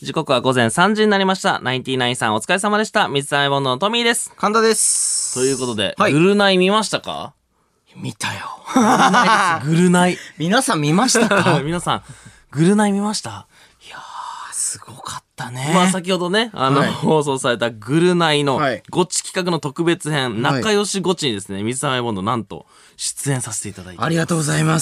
時刻は午前3時になりました。ナインティナインさんお疲れ様でした。水溜りボンドのトミーです。 神田です。 ということで、 はい、 グルナイ見ましたか？ 見たよ。 グルナイ。 皆さん見ましたか？ 皆さん、グルナイ見ました？ いやー、すごかったね。 まあ先ほどね、放送されたグルナイのゴチ企画の特別編、仲良しゴチにですね、水溜りボンドなんと出演させていただいて。 ありがとうございます。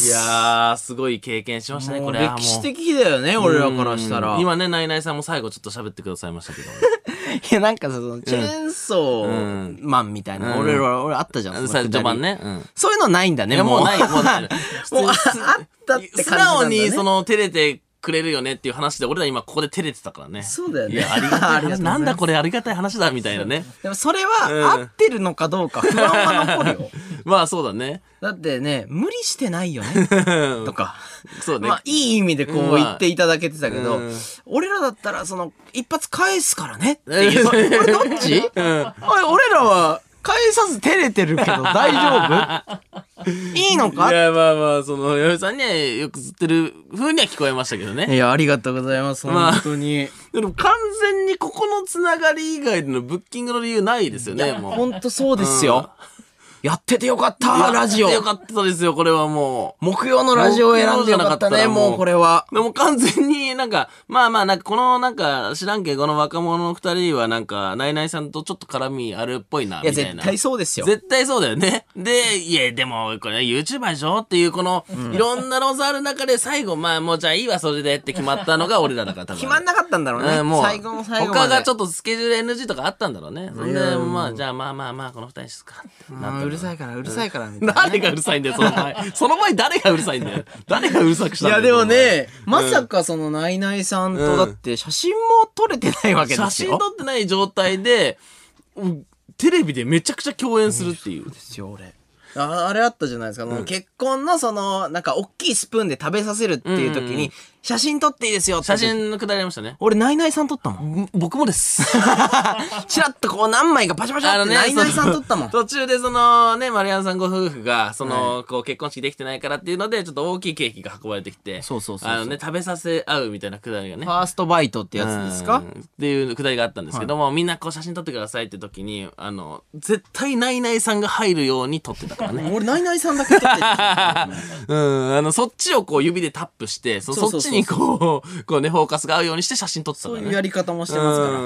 いやー、すごい経験しましたね、これはもう。 歴史的だよね、俺らからしたら。 今ね、ナイナイさんも最後ちょっと喋ってくださいましたけど。 いや、なんかその、チェーンソーマンみたいな、俺あったじゃん。 序盤ね。 そういうのないんだね、 もうない。もうない。 もうあったって感じなんだね。 素直にその、照れてくれるよねっていう話で、俺ら今ここで照れてたからね。 そうだよね。 いや、ありがたい話。なんだこれありがたい話だみたいなね。 でもそれは合ってるのかどうか不安は残るよ。 まあそうだね。 だってね、無理してないよね。とか。 そうね。 まあいい意味でこう言っていただけてたけど、俺らだったらその、一発返すからねっていう。これどっち？俺らは返さず照れてるけど大丈夫？いいのか？ いや、まあまあ、その、嫁さんにはよく釣ってる風には聞こえましたけどね。 いや、ありがとうございます。本当に。 でも完全にここのつながり以外でのブッキングの理由ないですよね、もう。 本当そうですよ。やっててよかった、ラジオ。 やっててよかったですよ、これはもう。木曜のラジオを選んでよかったね、もうこれは。 でも完全になんか、まあまあ、なんかこのなんか、知らんけど、この若者の二人はなんか、ナイナイさんとちょっと絡みあるっぽいな、みたいな。 いや、絶対そうですよ。 絶対そうだよね。で、いや、でも、これ YouTuber でしょっていう、この、いろんなローズある中で、最後、まあもうじゃあいいわ、それでって決まったのが俺らだから多分。 決まんなかったんだろうね。もう、最後の最後まで。 他がちょっとスケジュール NG とかあったんだろうね。それで、まあ、じゃあまあまあまあ、この二人ですかってなった。 うるさいから、うるさいから。 誰がうるさいんだよ、その前。その前誰がうるさいんだよ。誰がうるさくしたんだよ。 いや、でもね、まさかそのナイナイさんとだって写真も撮れてないわけですよ。 写真撮ってない状態で、テレビでめちゃくちゃ共演するっていう。 ですよ、俺。あれあったじゃないですか。結婚のその、なんか大きいスプーンで食べさせるっていう時に、写真撮っていいですよって。 写真のくだりありましたね。 俺、ナイナイさん撮ったもん。 僕もです。 チラッとこう何枚かパシャパシャってナイナイさん撮ったもん。 途中でそのね、マリアンさんご夫婦が、その、こう結婚式できてないからっていうので、ちょっと大きいケーキが運ばれてきて、 そう。 食べさせ合うみたいなくだりがね。 ファーストバイトってやつですか？ っていうくだりがあったんですけども、みんなこう写真撮ってくださいって時に、絶対ナイナイさんが入るように撮ってたからね。 俺、ナイナイさんだけ撮ってた。 そっちをこう指でタップして、そっちにこうね、フォーカスが合うようにして写真撮ってたからね。 そういうやり方もしてますから。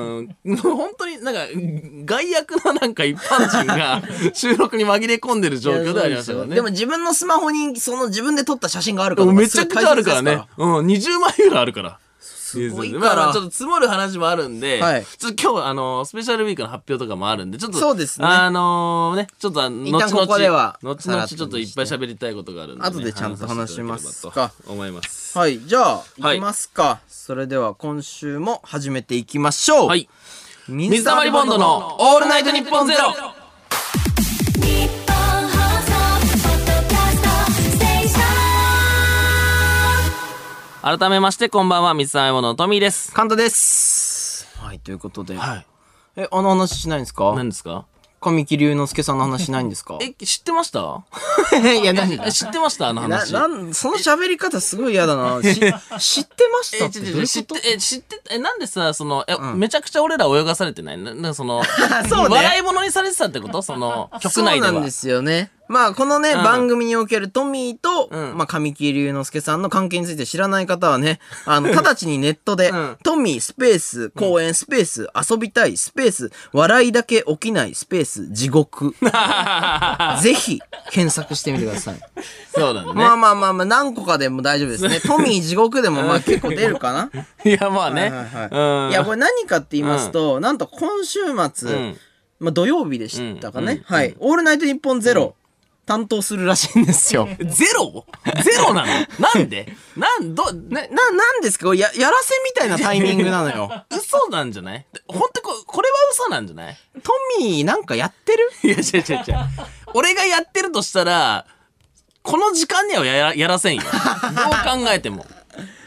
本当になんか、害悪ななんか一般人が収録に紛れ込んでる状況でありましたからね。 でも自分のスマホにその自分で撮った写真があるから。 めちゃくちゃあるからね。20枚ぐらいあるから。 すごいから。 まあちょっと積もる話もあるんで、ちょっと今日スペシャルウィークの発表とかもあるんで、ちょっと、 そうですね。 ちょっと一旦ここでは、 後々ちょっといっぱい喋りたいことがあるんで、 後でちゃんと話しますか。 思います。 はい、じゃあ、行きますか。それでは今週も始めていきましょう。 はい。水溜りボンドのオールナイトニッポンゼロ。改めましてこんばんは、水溜りボンドのトミーです。 カンタです。はい、ということで。 はい。 あの話しないんですか？ 何ですか？ 神木隆之介さんの話しないんですか？ 知ってました？ いや、何知ってましたあの話。 その喋り方すごい嫌だな。知ってましたってどういうこと？ 知って、なんでさ、めちゃくちゃ俺ら泳がされてない？その、 そうね。 笑い物にされてたってこと？その、局内では。 そうなんですよね。まあ、このね、番組におけるトミーと、まあ、神木隆之介さんの関係について知らない方はね、直ちにネットで、トミースペース、公演スペース、遊びたいスペース、笑いだけ起きないスペース、地獄。ぜひ、検索してみてください。 そうだね。 まあ、何個かでも大丈夫ですね。トミー地獄でもまあ結構出るかな。 いや、まあね。 いや、これ何かって言いますと、なんと今週末、まあ土曜日でしたかね。はい。オールナイトニッポンゼロ。担当するらしいんですよ。 ゼロなの？なんでなんですか？やらせみたいなタイミングなのよ。 嘘なんじゃない？ほんとこれは嘘なんじゃない？ トミーなんかやってる？ いや、違う。俺がやってるとしたら、この時間にはやらせんよ。どう考えても。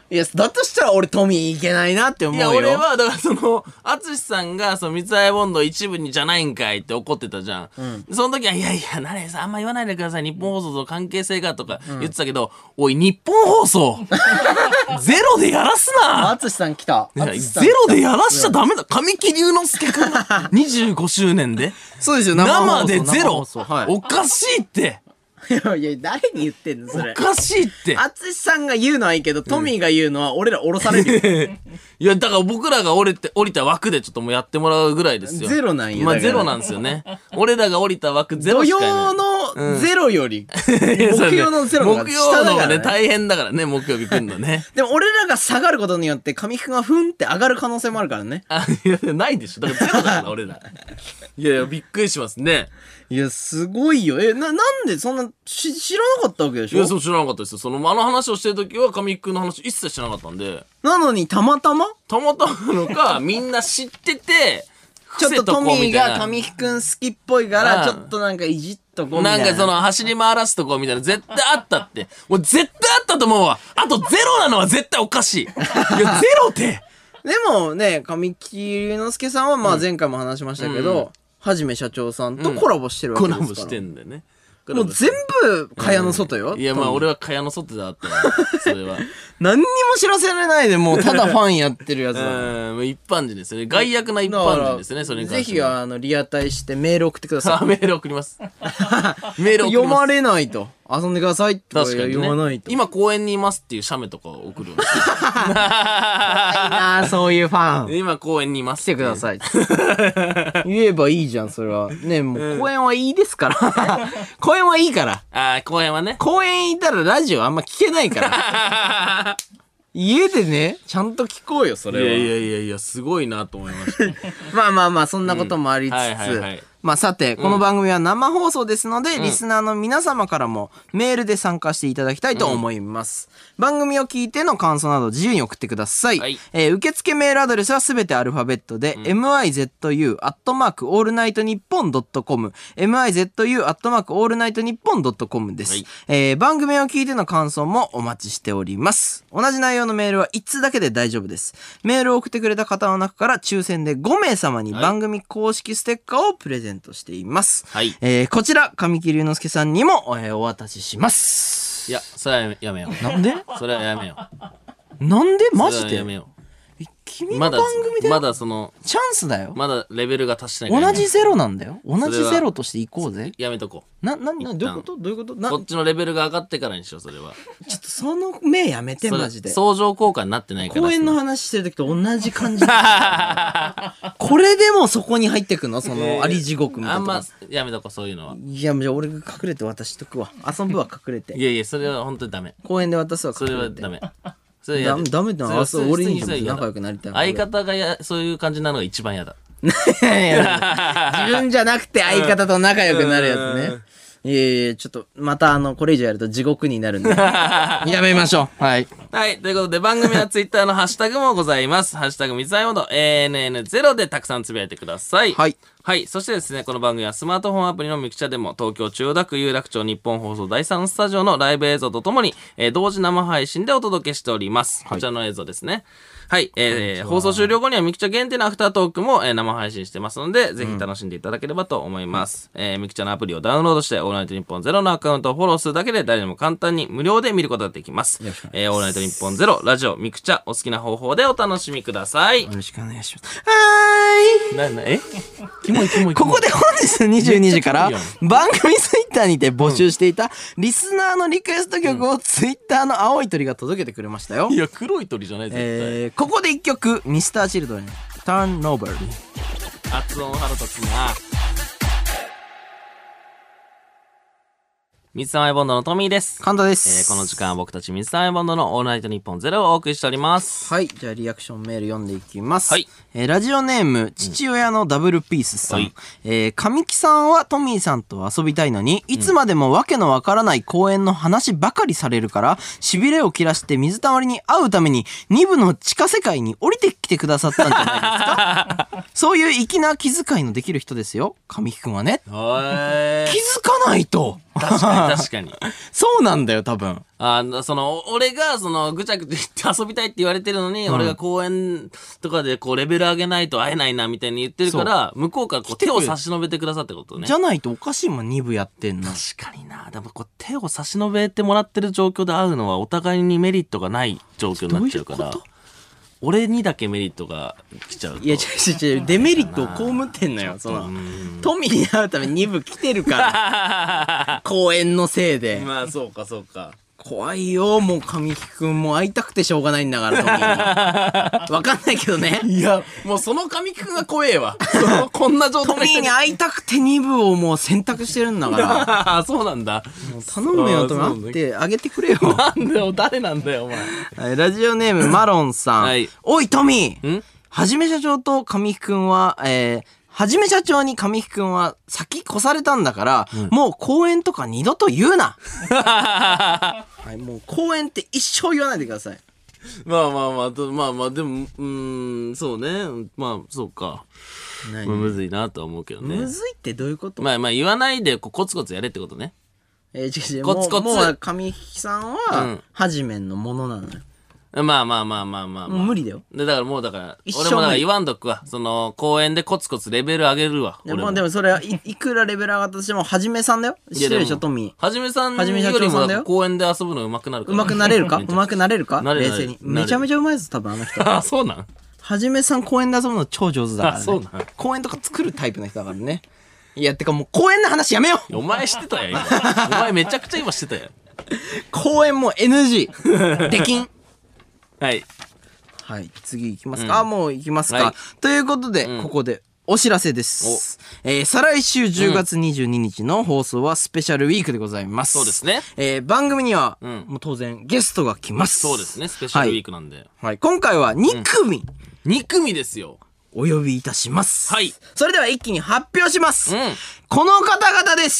いや、だとしたら俺トミーいけないなって思うよ。 いや、俺は、だから淳さんが、三ツ矢ボンド一部にじゃないんかいって怒ってたじゃん。その時は、いやいや、ナレさんあんま言わないでください。日本放送と関係性がとか言ってたけど、おい、日本放送ゼロでやらすな淳さん来た。 ゼロでやらしちゃダメだ。神木隆之介くん25周年でそうですよ、 生でゼロ、 はい、 おかしいって。 いや、誰に言ってんのそれ。 おかしいって。 淳さんが言うのはいいけど、トミーが言うのは俺ら降ろされるよ。 いや、だから僕らが降りた枠でちょっともうやってもらうぐらいですよ。 ゼロなんよ。 まあゼロなんですよね。俺らが降りた枠ゼロしかいない。 土曜のゼロより、木曜のゼロが下だからね。 木曜のがね、大変だからね、木曜日来んのね。 でも俺らが下がることによって、神木くんがふんって上がる可能性もあるからね。 あ、いや、ないでしょ。だからゼロだから、俺ら。いやいや、びっくりしますね。 いや、すごいよ。なんでそんな、知らなかったわけでしょ？ いや、そう知らなかったですよ。あの話をしてるときは、神木くんの話一切知らなかったんで。 なのに、たまたまのか、みんな知ってて、 ちょっとトミーが神木くん好きっぽいから、ちょっとなんかいじっとこうみたいな。 なんか走り回らすとこみたいな、絶対あったって。もう絶対あったと思うわ。あとゼロなのは絶対おかしい。いや、ゼロって。 でもね、神木隆之介さんはまあ前回も話しましたけど、はじめ社長さんとコラボしてるわけですから。 コラボしてんだよね。 もう全部、蚊帳の外よ。 いや、まあ俺は蚊帳の外だったそれは。 何にも知らせられないで、もうただファンやってるやつだ。 一般人ですね。外役な一般人ですね、それに関して。 ぜひ、リアタイしてメール送ってください。 メール送ります。メール送ります。 読まれないと。遊んでくださいって読まないと。 今公園にいますっていう写メとかを送る。いいなそういうファン。 今公園にいます。 来てください。言えばいいじゃん、それは。ね、もう公園はいいですから。公園はいいから。 ああ、公園はね。 公園いたらラジオあんま聞けないから。家でね、ちゃんと聞こうよ、それは。 いや、すごいなと思いました。 まあ、そんなこともありつつ。まあさて、この番組は生放送ですので、リスナーの皆様からもメールで参加していただきたいと思います。番組を聞いての感想など自由に送ってください。はい、受付メールアドレスはすべてアルファベットで、mizu@allnightnippon.com、mizu@allnightnippon.com です、はい。番組を聞いての感想もお待ちしております。同じ内容のメールは1通だけで大丈夫です。メールを送ってくれた方の中から抽選で5名様に番組公式ステッカーをプレゼントしています。はい。こちら、神木隆之介さんにも、お渡しします。 いや、それはやめよう。 なんで？ それはやめよう。なんで？マジで？ やめよう。 君の番組でまだそのチャンスだよ。 まだレベルが達してないから。同じゼロなんだよ。同じゼロとしていこうぜ。 やめとこう。 どういうことこっちのレベルが上がってからにしよう、それは。 ちょっとその目やめて、マジで。 相乗効果になってないから。 公演の話してる時と同じ感じ。これでもそこに入ってくの？その、あり地獄みたいな。 あんま、やめとこう、そういうのは。 いや、じゃあ俺が隠れて渡しとくわ。遊ぶは隠れて。 いや、それは本当にダメ。 公演で渡すは隠れて。 それはダメ。 ダメだな。俺に仲良くなりたい。 相方がそういう感じなのが一番嫌だ。 自分じゃなくて相方と仲良くなるやつね。ちょっと、またこれ以上やると地獄になるんで。やめましょう。はい。 はい。ということで、番組はツイッターのハッシュタグもございます。ハッシュタグ水溜りボンド ANN0 でたくさんつぶやいてください。はい。はい。そしてですね、この番組はスマートフォンアプリのミクチャでも、東京千代田区有楽町日本放送第3スタジオのライブ映像とともに、同時生配信でお届けしております。こちらの映像ですね。はい。放送終了後にはミクチャ限定のアフタートークも、生配信してますので、ぜひ楽しんでいただければと思います。ミクチャのアプリをダウンロードして、オールナイトニッポンゼロのアカウントをフォローするだけで誰でも簡単に無料で見ることができます。オールナイトニッポンゼロ、ラジオ、ミクチャ、お好きな方法でお楽しみください。 よろしくお願いします。 キモい。 ここで本日22時から番組ツイッターにて募集していたリスナーのリクエスト曲をツイッターの青い鳥が届けてくれましたよ。 いや、黒い鳥じゃない絶対。ここで一曲、Mr.Children、Turn Over。 発音腹立つな。水溜りボンドのトミーです。 神田です。 この時間は僕たち水溜りボンドのオールナイトニッポンゼロをお送りしております。 はい。じゃあリアクションメール読んでいきます。 はい。 ラジオネーム、父親のダブルピースさん。神木さんはトミーさんと遊びたいのに、いつまでもわけのわからない公園の話ばかりされるから、痺れを切らして水溜りに会うために、2部の地下世界に降りてきてくださったんじゃないですか。そういう粋な気遣いのできる人ですよ。神木くんはね。気づかないと。 確かに確かに。 そうなんだよ、多分。 俺が、ぐちゃぐちゃ言って遊びたいって言われてるのに、俺が公園とかでこう、レベル上げないと会えないな、みたいに言ってるから、向こうからこう、手を差し伸べてくださってことね。 じゃないとおかしいもん、2部やってんの。 確かにな。でもこう、手を差し伸べてもらってる状況で会うのは、お互いにメリットがない状況になっちゃうから。俺にだけメリットが来ちゃうと。 いや、違う、デメリットを被ってんのよ。トミーに会うために2部来てるから。公園のせいで。 まあ、そうか、そうか。 怖いよ、もう神木くんも会いたくてしょうがないんだから、トミーに。わかんないけどね。 いや、もうその神木くんが怖えわ。こんな状態トミーに会いたくて2部をもう選択してるんだから。 そうなんだ。 もう頼むよ、トミー。会ってあげてくれよ。 なんだよ、誰なんだよ、お前。 ラジオネーム、マロンさん。はい、おい、トミー。はじめ社長と神木くんは、はじめ社長に神木くんは先越されたんだから、もう公演とか二度と言うな。はい、もう公演って一生言わないでください。 まあ、でも、そうね。まあ、そうか。むずいなとは思うけどね。 むずいってどういうこと？ まあ言わないでコツコツやれってことね。 違う。コツコツ。もう神木さんは、はじめんのものなのよ。 まあ。 もう無理だよ。 だから俺もだから言わんどくわ。公園でコツコツレベル上げるわ。 でもそれはいくらレベル上がったとしても、はじめさんだよ。知ってるでしょ、トミー。 はじめさんよりも公園で遊ぶの上手くなるから。 上手くなれるか上手くなれるか冷静に。めちゃめちゃ上手いぞ、多分あの人。 あ、そうなん？ はじめさん公園で遊ぶの超上手だからね。 そうなん？ 公園とか作るタイプの人だからね。いや、てかもう公園の話やめよう。 お前知ってたやん、今。お前めちゃくちゃ今知ってたやん。 公園も NG。できん。 はい。 はい、次行きますか、もう行きますか、はい、ということで、ここでお知らせです。再来週10月22日の放送はスペシャルウィークでございます。 そうですね。 番組には、もう当然ゲストが来ます。 そうですね、スペシャルウィークなんで。 はい、今回は2組、 2組ですよ。 お呼びいたします。 はい。 それでは一気に発表します。この方々です。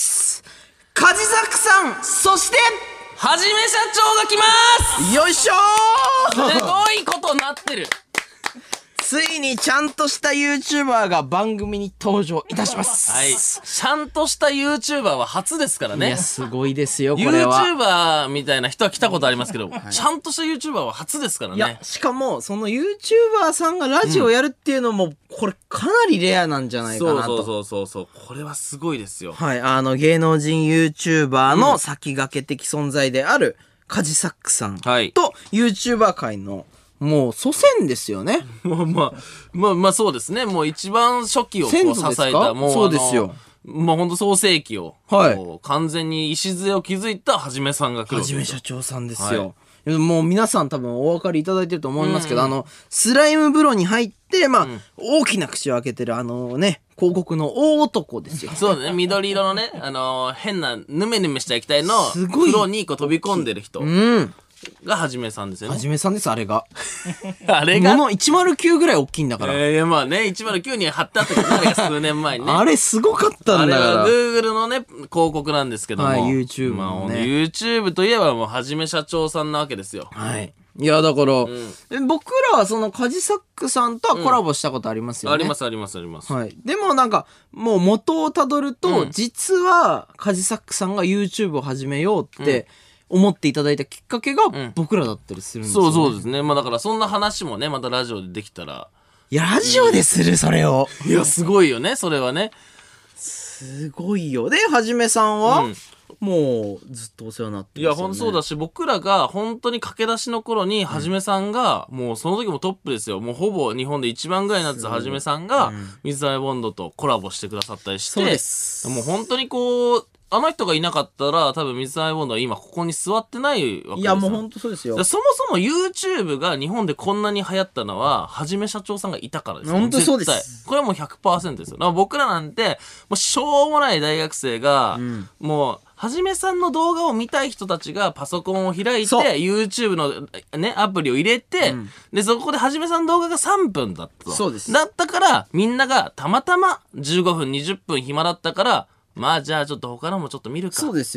カジサックさん、そして、 はじめ社長が来ます。 よいしょー。すごいことになってる。 ついにちゃんとした YouTuber が番組に登場いたします。 はい。ちゃんとした YouTuber は初ですからね。 いや、すごいですよ、これは。 YouTuber みたいな人は来たことありますけど、ちゃんとした YouTuber は初ですからね。いや、 しかも、その YouTuber さんがラジオやるっていうのも、これかなりレアなんじゃないかなと。 そう。これはすごいですよ。 はい。芸能人 YouTuber の先駆け的存在である、カジサックさんと YouTuber 界のもう祖先ですよね。 まあそうですね。もう一番初期をこう支えた、もうそうですよ。 もうほんと創世期を、完全に礎を築いたはじめさんが来る。 はじめ社長さんですよ。もう皆さん多分お分かりいただいてると思いますけど、スライム風呂に入って、大きな口を開けてる広告の大男ですよ。 そうだね。緑色のね、変なヌメヌメした液体の風呂にこう飛び込んでる人。がはじめさんですよね。 はじめさんです、あれが。 あれがもの109ぐらい大きいんだから。 まあね、109に貼ってあったけど、あれが数年前にね。 あれすごかったんだから。 あれは Google のね、広告なんですけども。 はい、YouTube のね。 YouTube といえばもうはじめ社長さんなわけですよ。 はい。いや、だから、僕らはそのカジサックさんとはコラボしたことありますよね。 あります。 はい。でもなんか、もう元をたどると、実はカジサックさんが YouTube を始めようって、思っていただいたきっかけが僕らだったりするんですよね。 そうですね。まあだからそんな話もね、またラジオでできたら。 いや、ラジオでする、それを。 いや、すごいよね、それはね。 すごいよ。で、はじめさんは、もうずっとお世話になってるんですよね。 いや、ほんとそうだし、僕らが本当に駆け出しの頃に、はじめさんが、もうその時もトップですよ。もうほぼ日本で一番ぐらいになってたはじめさんが、水溜りボンドとコラボしてくださったりして、 そうです。 もう本当にこう、あの人がいなかったら、多分水溜りボンドは今ここに座ってないわけですよ。 いや、もう本当そうですよ。 そもそも YouTube が日本でこんなに流行ったのは、はじめ社長さんがいたからですよ。 本当そうです。 これはもう 100% ですよ。だから僕らなんて、もうしょうもない大学生が、もう、はじめさんの動画を見たい人たちがパソコンを開いて、YouTube のね、アプリを入れて、で、そこではじめさんの動画が3分だったと。 そうです。 だったから、みんながたまたま15分、20分暇だったから、まあじゃあちょっと他のもちょっと見るか。 そうですよ。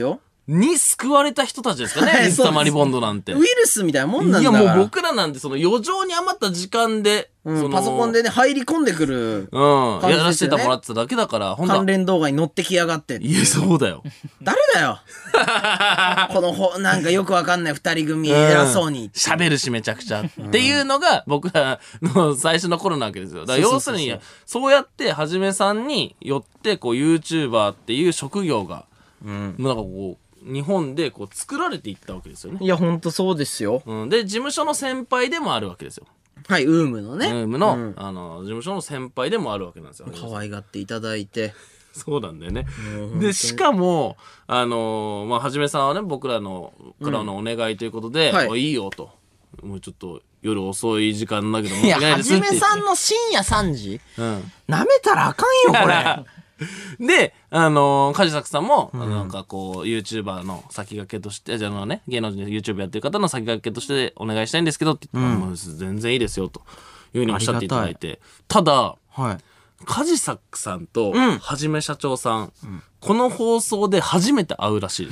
に救われた人たちですかね、水溜りボンドなんて。 ウイルスみたいなもんなんだから。 いやもう僕らなんてその余剰に余った時間で、 パソコンでね、入り込んでくる。 やらせてもらってただけだから、 関連動画に乗ってきやがって。 いや、そうだよ。 誰だよこのなんかよくわかんない二人組偉そうに。 喋るしめちゃくちゃ。っていうのが僕らの最初の頃なわけですよ。だから要するに、そうやってはじめさんによってこう YouTuber っていう職業が、なんかこう、日本でこう作られていったわけですよね。 いや、ほんとそうですよ。 で、事務所の先輩でもあるわけですよ。 はい、ウームのね。 ウームの、事務所の先輩でもあるわけなんですよ。 可愛がっていただいて。 そうなんだよね。で、しかも、はじめさんはね、僕らの、からのお願いということで、いいよと。もうちょっと、夜遅い時間だけども。 いや、はじめさんの深夜3時舐めたらあかんよ、これ。 で、梶作さんも、なんかこう、YouTuber の先駆けとして、芸能人で YouTube やってる方の先駆けとしてお願いしたいんですけどって言って、もう全然いいですよ、というふうにおっしゃっていただいて。ただ、梶作さんと、はじめ社長さん、この放送で初めて会うらしいです。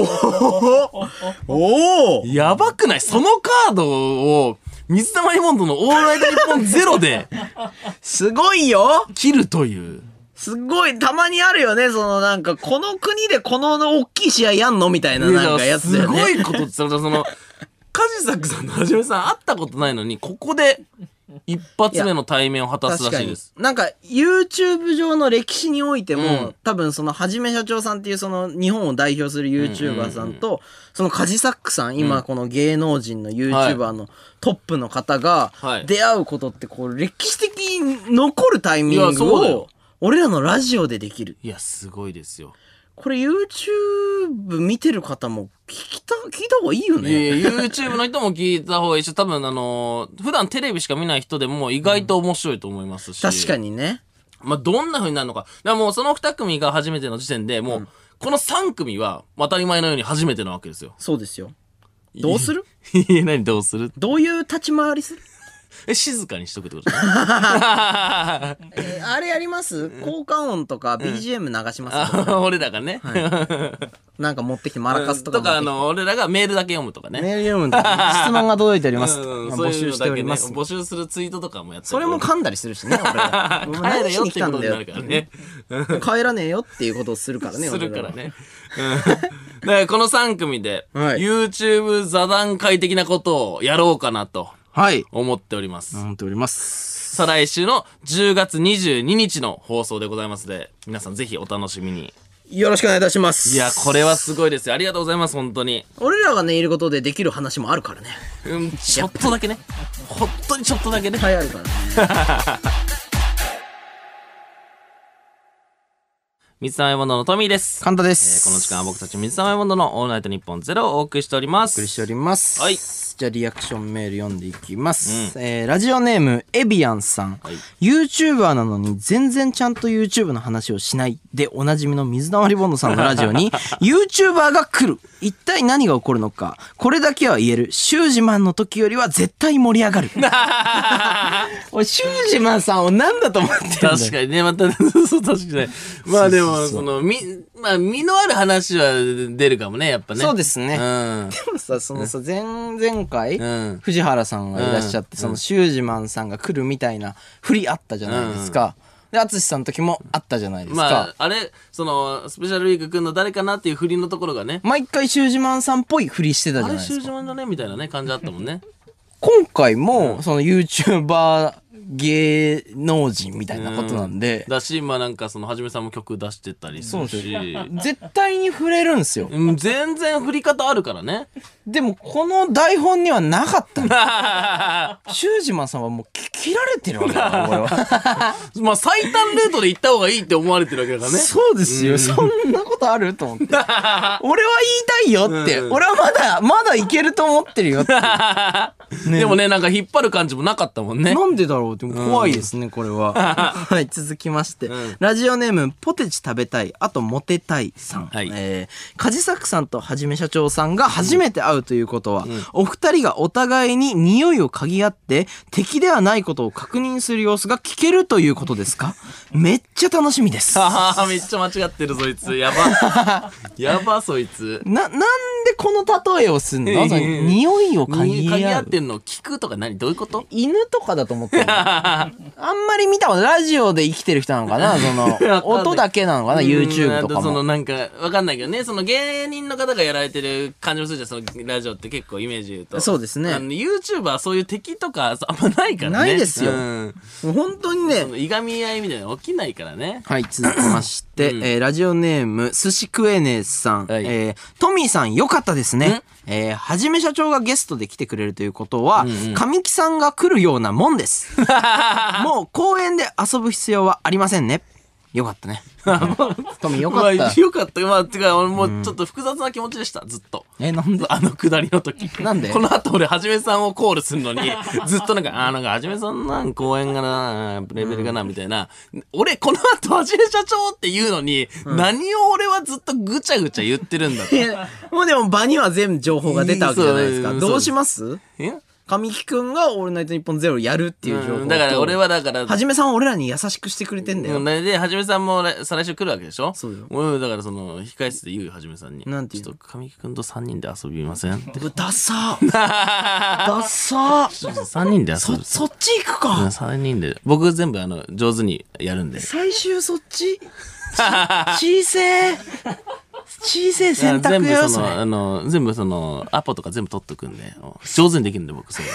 おーやばくない？そのカードを、水溜りボンドのオールナイトニッポンゼロで、 すごいよ切るという。 すごい、たまにあるよね、そのなんか、この国でこの大きい試合やんのみたいななんかやつだよね。 すごいことって言ったら、その、梶作さんとはじめさん会ったことないのに、ここで、一発目の対面を果たすらしいです。 なんか、YouTube 上の歴史においても、多分その、はじめ社長さんっていうその、日本を代表する YouTuber さんと、その、カジサックさん、今この芸能人の YouTuber のトップの方が、出会うことって、こう、歴史的に残るタイミングを、俺らのラジオでできる。 いや、すごいですよ。 これ YouTube 見てる方も聞いた方がいいよね。 YouTube の人も聞いた方がいいし、多分普段テレビしか見ない人でも意外と面白いと思いますし。 確かにね。 まあ、どんな風になるのか。だからもうその2組が初めての時点で、もう、この3組は当たり前のように初めてなわけですよ。 そうですよ。どうする？ 何どうする？ どういう立ち回りする？ 静かにしとくってことね。 あれやります？効果音とか BGM 流します？ 俺らがね。 なんか持ってきてマラカスとか。 とか俺らがメールだけ読むとかね。 メール読むとか。質問が届いております。募集しております。 募集するツイートとかもやってる。 それも噛んだりするしね、俺ら。 帰れよってことになるからね。 帰らねえよっていうことをするからね、 するからね。だからこの3組で、YouTube 座談会的なことをやろうかなと。思っております。 思っております。 再来週の10月22日の放送でございますので、皆さんぜひお楽しみに。 よろしくお願いいたします。 いや、これはすごいですよ。ありがとうございます、本当に。 俺らがね、いることでできる話もあるからね。 ちょっとだけね。本当にちょっとだけね。 はい、あるからね。 水溜りボンドのトミーです。 カンタです。 この時間は僕たち水溜りボンドのオールナイトニッポンゼロをお送りしております。 お送りしております。 はい。 じゃあリアクションメール読んでいきます。ラジオネームエビアンさん。YouTuber なのに全然ちゃんと YouTube の話をしないでおなじみの水溜りボンドさんのラジオに YouTuber が来る。一体何が起こるのか。これだけは言える。シュージマンの時よりは絶対盛り上がる。おい、シュージマンさんを何だと思ってんだよ。 確かにね、また、そう確かに。まあでも、まあ、身のある話は出るかもね、やっぱね。 そうですね。でもさ、前回、藤原さんがいらっしゃって、そのシュージマンさんが来るみたいな振りあったじゃないですか。で、淳さんの時もあったじゃないですか。 まあ、あれ、スペシャルウィークくんの誰かなっていう振りのところがね。 毎回シュージマンさんっぽい振りしてたじゃないですか。 あれシュージマンだねみたいなね、感じあったもんね。 今回も、その YouTuber 芸能人みたいなことなんで。 だし、まあなんかはじめさんも曲出してたりするし。 絶対に振れるんですよ。 全然振り方あるからね。 でも、この台本にはなかった。シュージマンさんはもう切られてるわけだから、俺は。 まあ最短ルートで行った方がいいって思われてるわけだからね。 そうですよ。そんなことあると思って。俺は言いたいよって。俺はまだいけると思ってるよって。 でもね、なんか引っ張る感じもなかったもんね。 なんでだろうって怖いですね、これは。はい、続きまして、ラジオネーム、ポテチ食べたい、あとモテたいさん。はい。カジサクさんとはじめ社長さんが初めて会うということは、お二人がお互いに匂いを嗅ぎ合って、敵ではないことを確認する様子が聞けるということですか？めっちゃ楽しみです。 めっちゃ間違ってる、そいつ。やば。やば、そいつ。 なんでこの例えをすんの？匂いを嗅ぎ合ってんの聞くとかどういうこと？ 犬とかだと思ってる。あんまり見たことラジオで生きてる人なのかな、その音だけなのかな、YouTube とかも。 そのなんかわかんないけどね、その芸人の方がやられてる感じもするじゃん、そのラジオって結構イメージ言うと。 そうですね。 YouTuber はそういう敵とかあんまないからね。 ないですよ。もう本当にね、 いがみ合いみたいなの起きないからね。 はい、続きまして、ラジオネーム寿司食えねえさん、トミーさんよかったですね。はじめ社長がゲストで来てくれるということは、神木さんが来るようなもんです。もう公園で遊ぶ必要はありませんね。よかったね。トミーよかった。 よかった。まあ、てか、俺もうちょっと複雑な気持ちでした、ずっと。 なんで？ あの下りの時。 なんで？ この後俺、はじめさんをコールするのに、ずっとなんか、なんか、はじめさんなん公演がな、レベルがな、みたいな。俺、この後、はじめ社長って言うのに、何を俺はずっとぐちゃぐちゃ言ってるんだと。 もうでも場には全部情報が出たわけじゃないですか。どうします？神木くんがオールナイトニッポンゼロやるっていう情報と、 だから俺はだからはじめさんは俺らに優しくしてくれてんだよ。 ではじめさんも再来週来るわけでしょ。 そうよ。 俺だからその控え室で言うよ、はじめさんに。 なんて言う？ ちょっと神木くんと3人で遊びませんって。 ダッサーダッサー 3人で遊ぶ。 そっち行くか。 3人で僕全部上手にやるんで。 最終そっち小せ選択よ。 全部そのアポとか全部取っとくんで上手にできるんで僕それ。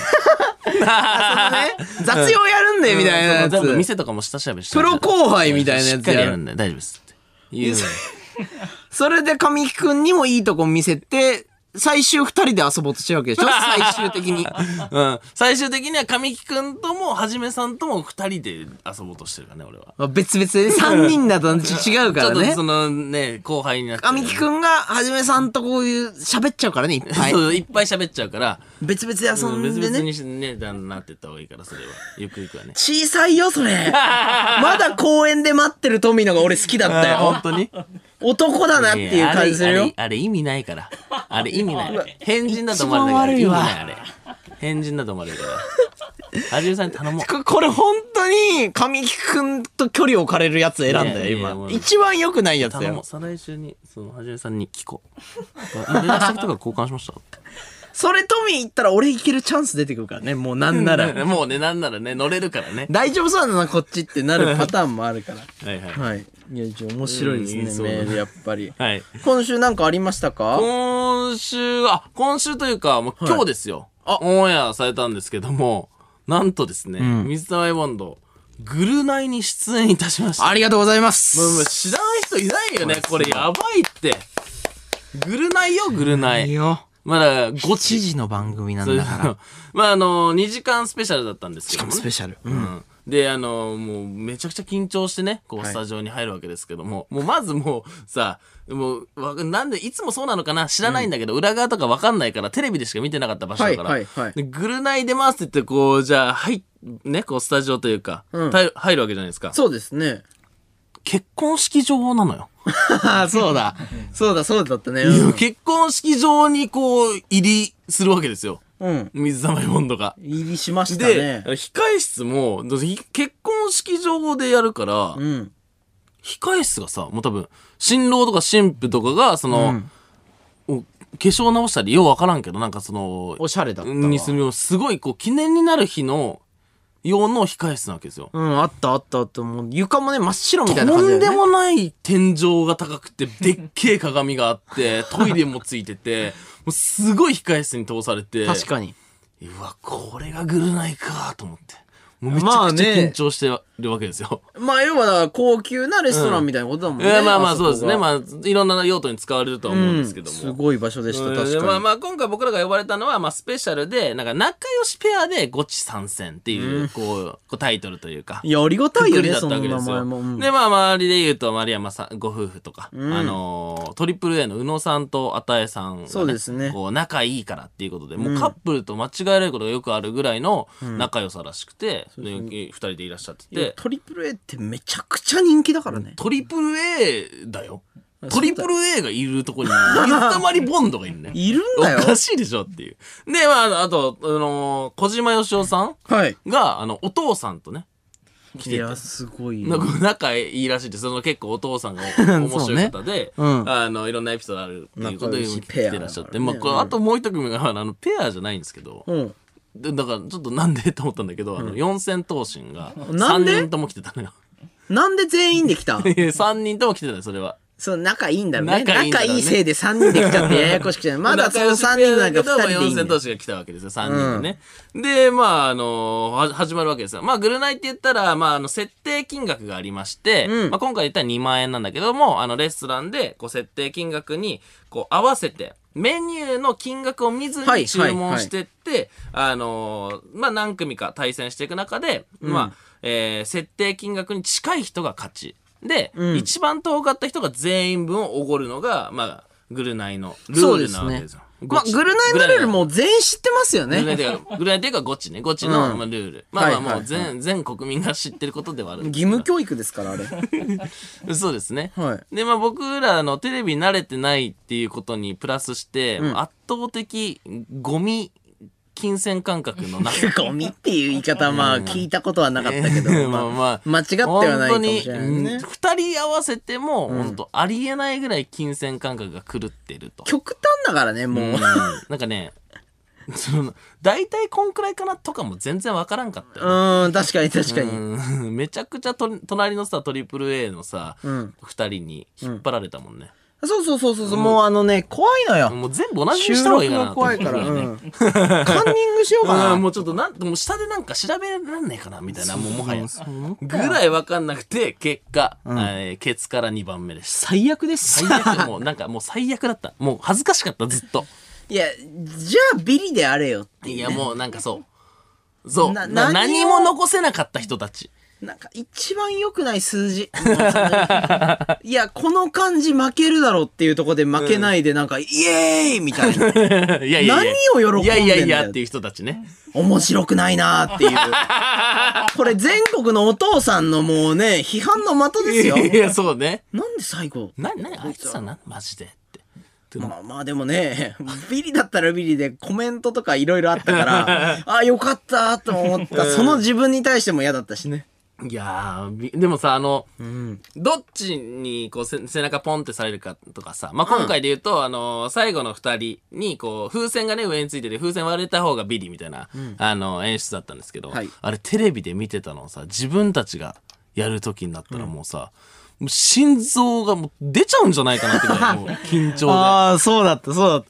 雑用やるんでみたいなやつ。 全部店とかも下調べして。 プロ後輩みたいなやつやるんで大丈夫ですって言う。 それで神木くんにもいいとこ見せて。最終2人で遊ぼうとしてるわけでしょ。最終的に。 最終的には神木くんともはじめさんとも2人で遊ぼうとしてるからね、俺は。 別々で3人だと違うからね。 ちょっとそのね、後輩になって。 神木くんがはじめさんとこういう喋っちゃうからね、いっぱい。 そう、いっぱい喋っちゃうから。 別々で遊んでね。 別々にしてね、なってった方がいいから、それは。ゆくゆくはね。 小さいよ、それ。まだ公園で待ってるトミーのが俺好きだったよ。 本当に男だなっていう感じするよ。 あれ意味ないから。あれ意味ない。変人だと思われるから。意味ないあれ。変人だと思われるから。はじめさんに頼もう。 これ本当に神木くんと距離を置かれるやつ選んだよ、今。一番良くないやつだよ。 再来週に、はじめさんに聞こう。連絡先とか交換しました。 それトミー行ったら俺行けるチャンス出てくるからね、もうなんなら。 もうね、なんならね、乗れるからね。 大丈夫そうだな、こっちってなるパターンもあるから。 はいはい。 はい。いや、面白いですね、メールやっぱり。 はい。 今週なんかありましたか？ 今週というか、もう今日ですよ。オンエアされたんですけども、なんとですね、水溜りボンド、グルナイに出演いたしました。 ありがとうございます。 もう知らない人いないよね、これやばいって。グルナイよ、グルナイ。 いいよ。 まだ 5時の番組なんだから。 まあ2時間スペシャルだったんですけどね。 スペシャル。 で、もうめちゃくちゃ緊張してね、こうスタジオに入るわけですけども、もうまずもうさ、もう、なんで、いつもそうなのかな知らないんだけど、裏側とかわかんないから、テレビでしか見てなかった場所だから、でグルナイ出ますって言って、こう、じゃあ、ね、こうスタジオというか、入るわけじゃないですか。 そうですね。 結婚式場なのよ。 そうだったね。 結婚式場にこう、入りするわけですよ。水溜りボンドが。 入りしましたね。 で、控え室も、結婚式場でやるから、控え室がさ、もう多分、新郎とか新婦とかが、化粧直したり、ようわからんけど、なんかおしゃれだったわ。 にするよ、すごいこう、記念になる日の、用の控え室なわけですよ。 あった。もう床もね、真っ白みたいな感じで、ね。とんでもない天井が高くて、でっけえ鏡があって、トイレもついてて、もうすごい控え室に通されて。 確かに。 うわ、これがグルナイかと思って。もうめちゃくちゃ緊張してるわけですよ。 まあ要はだから高級なレストランみたいなことだもんね。 まあそうですね。まあいろんな用途に使われるとは思うんですけども。 すごい場所でした、確かに。 まあ今回僕らが呼ばれたのは、まあスペシャルで、なんか仲良しペアでゴチ参戦っていう、こうタイトルというか。 いや、ありがたいよね、 その名前も。で、まあ周りで言うと、丸山さん、ご夫婦とか、トリプル A の宇野さんと與さんがね、 そうですね。 こう仲いいからっていうことで、もうカップルと間違えられることがよくあるぐらいの仲良さらしくて、二人でいらっしゃってて。 トリプル A ってめちゃくちゃ人気だからね。 トリプル A だよ。トリプル A がいるところに、水溜りボンドがいるね。 いるんだよ。 おかしいでしょっていう。で、まあ、あと、小島よしおさんが、お父さんとね、 来てて。いや、すごい。 仲いいらしいです。結構お父さんが面白い方で、いろんなエピソードあるっていうことで来てらっしゃって。まあ、あともう一組が、ペアじゃないんですけど、だからちょっとなんでと思ったんだけど、四千頭身が3人とも来てたのよ。 なんで全員で来た 3人とも来てたよ、それは。 そう、仲いいんだろうね。仲いいせいで3人で来ちゃってややこしくて。まだその3人なんか2人でいい。 四千頭身が来たわけですよ、3人でね。で、まあ、始まるわけですよ。まあ、グルナイって言ったら、まあ、設定金額がありまして、まあ、今回言ったら2万円なんだけども、レストランで、こう、設定金額に、こう、合わせて、メニューの金額を見ずに注文してって、まあ、何組か対戦していく中で、まあ、設定金額に近い人が勝ち。で、一番遠かった人が全員分をおごるのが、まあ、グルナイのルールなわけですよ。 まあ、グルナイのルールも全員知ってますよね。 グルナイっていうかゴチね。ゴチのルール。まあもう全国民が知ってることではある。 義務教育ですから、あれ。 そうですね。で、まあ僕らのテレビ慣れてないっていうことにプラスして、圧倒的ゴミ、金銭感覚の中。 ゴミっていう言い方はまあ聞いたことはなかったけど、まあ間違ってはないかもしれないね。 2人合わせても本当ありえないぐらい金銭感覚が狂ってると。 極端だからね、もう。 なんかね、大体こんくらいかなとかも全然わからんかったよ、 ね。確かに確かに。 めちゃくちゃ隣のさ、トリプル A のさ、2人に引っ張られたもんね。 そう、もう怖いのよ。 もう全部同じにした方がいいかな。 怖いから。カンニングしようかな。 もうちょっともう下でなんか調べらんねえかなみたいな、もはや。ぐらいわかんなくて、結果、ケツから2番目でした。 最悪です。 最悪、もうなんかもう最悪だった。もう恥ずかしかった、ずっと。 いや、じゃあビリであれよっていう。 いや、もうなんかそう。そう。何も残せなかった人たち。 なんか一番良くない数字。いや、この感じ負けるだろうっていうところで負けないで、なんか、イエーイみたいな。何を喜んでんだよ。 いやっていう人たちね。 面白くないなーっていう。これ全国のお父さんのもうね、批判の的ですよ。 いや、そうね。 なんで最後。 あいつさ、マジで。 まあでもね、ビリだったらビリでコメントとかいろいろあったから、あ、よかったと思った。その自分に対しても嫌だったしね。 いやー、でもさ、どっちにこう背中ポンってされるかとかさ、まあ、今回で言うと、最後の二人にこう、風船がね、上についてて、風船割れた方がビリみたいな、演出だったんですけど、あれテレビで見てたのをさ、自分たちがやる時になったらもうさ、もう心臓がもう出ちゃうんじゃないかなってぐらい、もう緊張で。 ああ、そうだった、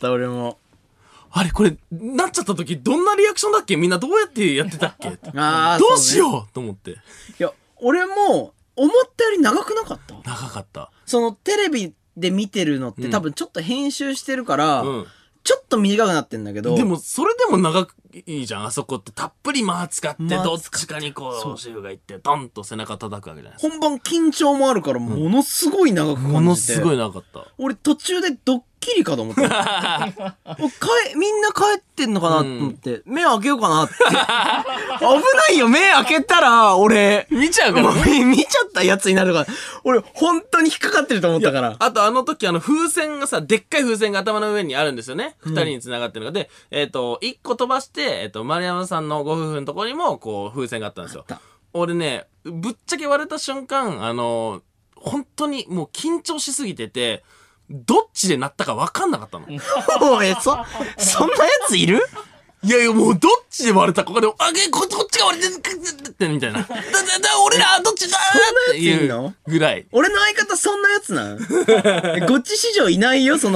俺も。 あれこれ、なっちゃった時どんなリアクションだっけみんなどうやってやってたっけどうしようと思って。いや、俺も、思ったより長くなかった？ 長かった。 そのテレビで見てるのって多分ちょっと編集してるから、ちょっと短くなってんだけど。 でも、それでも長くいいじゃん。あそこってたっぷり間使って、どっちかにこう、シェフが行って、ドンと背中叩くわけじゃないですか。 本番緊張もあるから、ものすごい長く感じて。 ものすごい長かった。 俺途中でドッキリかと思って。みんな帰ってんのかなと思って、目開けようかなって。危ないよ、目開けたら、俺。 見ちゃうから。 見ちゃったやつになるから。俺、本当に引っかかってると思ったから。 あとあの時風船がさ、でっかい風船が頭の上にあるんですよね。二人に繋がってるので、一個飛ばして、丸山さんのご夫婦のところにも、こう、風船があったんですよ。俺ね、ぶっちゃけ割れた瞬間、本当にもう緊張しすぎてて、どっちで鳴ったか分かんなかったの。 おい、そんなやついる？ いやいや、もうどっちで割れたかで、こっちが割れてってみたいな。俺らどっちだっていうぐらい。 俺の相方そんなやつなん？ゴッチ史上いないよ、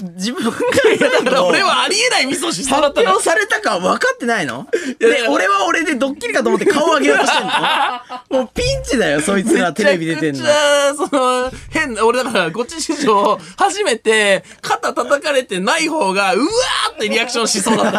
自分がだから俺はありえないミスしそうだった発表されたか分かってないの？で、俺は俺でドッキリかと思って顔上げようとしてんの？もうピンチだよ、そいつらテレビ出てんの。 めちゃくちゃ、変な、俺だからこっち史上初めて肩叩かれてない方が、うわーってリアクションしそうだった。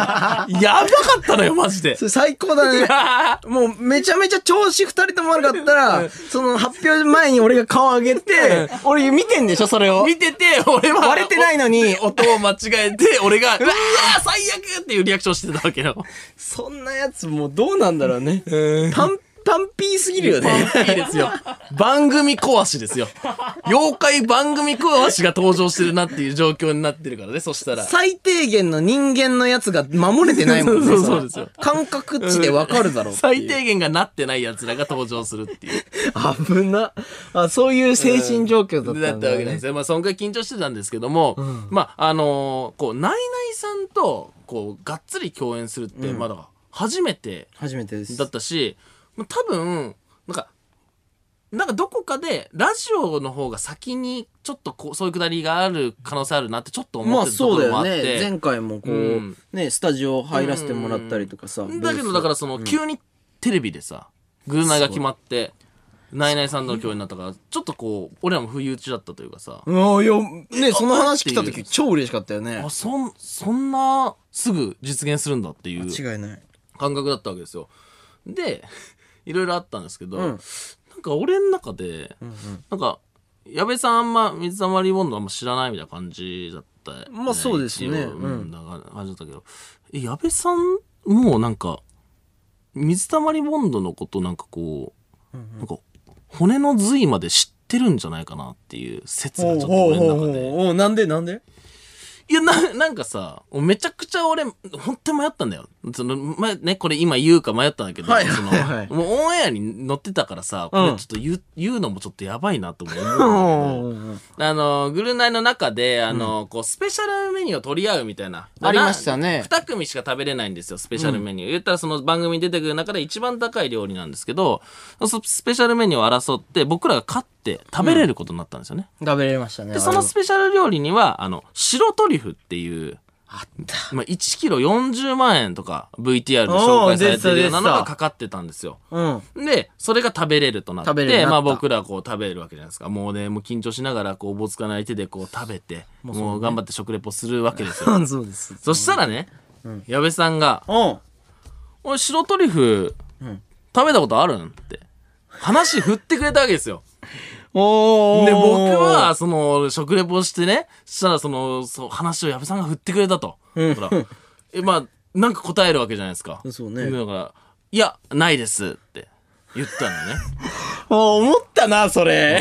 やばかったのよ、マジで。 それ最高だね。もうめちゃめちゃ調子二人とも悪かったら、その発表前に俺が顔上げて、俺見てんでしょ、それを。 見てて、俺は割れてないのに、 音を間違えて、俺が、うわー最悪っていうリアクションしてたわけよ。 そんなやつもうどうなんだろうね。パンピーすぎるよね。 パンピーですよ。番組壊しですよ。妖怪番組壊しが登場してるなっていう状況になってるからね、そしたら。 最低限の人間のやつが守れてないもんね。 そうですよ。 感覚値でわかるだろう。 最低限がなってない奴らが登場するっていう。 危な。あ、そういう精神状況だったんだ、ね。 だったわけなんですよ。まあ、そんぐらい緊張してたんですけども、まあ、こう、ナイナイさんと、こう、がっつり共演するって、まだ初めてです。 だったし、多分、なんかどこかでラジオの方が先にちょっとこうそういうくだりがある可能性あるなってちょっと思ってるところもあって、 まあそうだよね。前回もこう、ね、スタジオ入らせてもらったりとかさ。 だけどだからその、急にテレビでさ、グルナイが決まって、ナイナイさんとの共演になったから、ちょっとこう、俺らも不意打ちだったというかさ。 いや、ね、その話来た時超嬉しかったよね。 あ、そんなすぐ実現するんだっていう。 間違いない。 感覚だったわけですよ。で、いろいろあったんですけど、なんか俺の中で、なんか、矢部さんあんま水溜りボンドあんま知らないみたいな感じだった、ね。 まあそうですね。 なんか感じだったけど、矢部さんもなんか、水溜りボンドのことなんかこう、なんか、骨の髄まで知ってるんじゃないかなっていう説がちょっと俺の中で。 なんでいや、なんかさ、めちゃくちゃ俺、本当に迷ったんだよ。ね、これ今言うか迷ったんだけど、もうオンエアに載ってたからさ、これちょっと言うのもちょっとやばいなと思う。グルナイの中で、こう、スペシャルメニューを取り合うみたいな。 ありましたね。 2組しか食べれないんですよ、スペシャルメニュー。言ったらその番組に出てくる中で一番高い料理なんですけど、スペシャルメニューを争って、僕らが勝って食べれることになったんですよね。 食べれましたね。 で、そのスペシャル料理には、白トリュフっていう、まあ、1キロ40万円とか VTR で紹介されてるようなのがかかってたんですよ。で、それが食べれるとなって、まあ僕らこう食べるわけじゃないですか。もうね、もう緊張しながらこうおぼつかない手でこう食べて、もう頑張って食レポするわけですよ。 そうです。 そしたらね、矢部さんが、俺白トリュフ食べたことあるんって話振ってくれたわけですよ。で、僕は、その、食レポしてね、したら、話を矢部さんが振ってくれたと。まあ、なんか答えるわけじゃないですか。 そうね。 だから、いや、ないですって言ったのね。 思ったな、それ。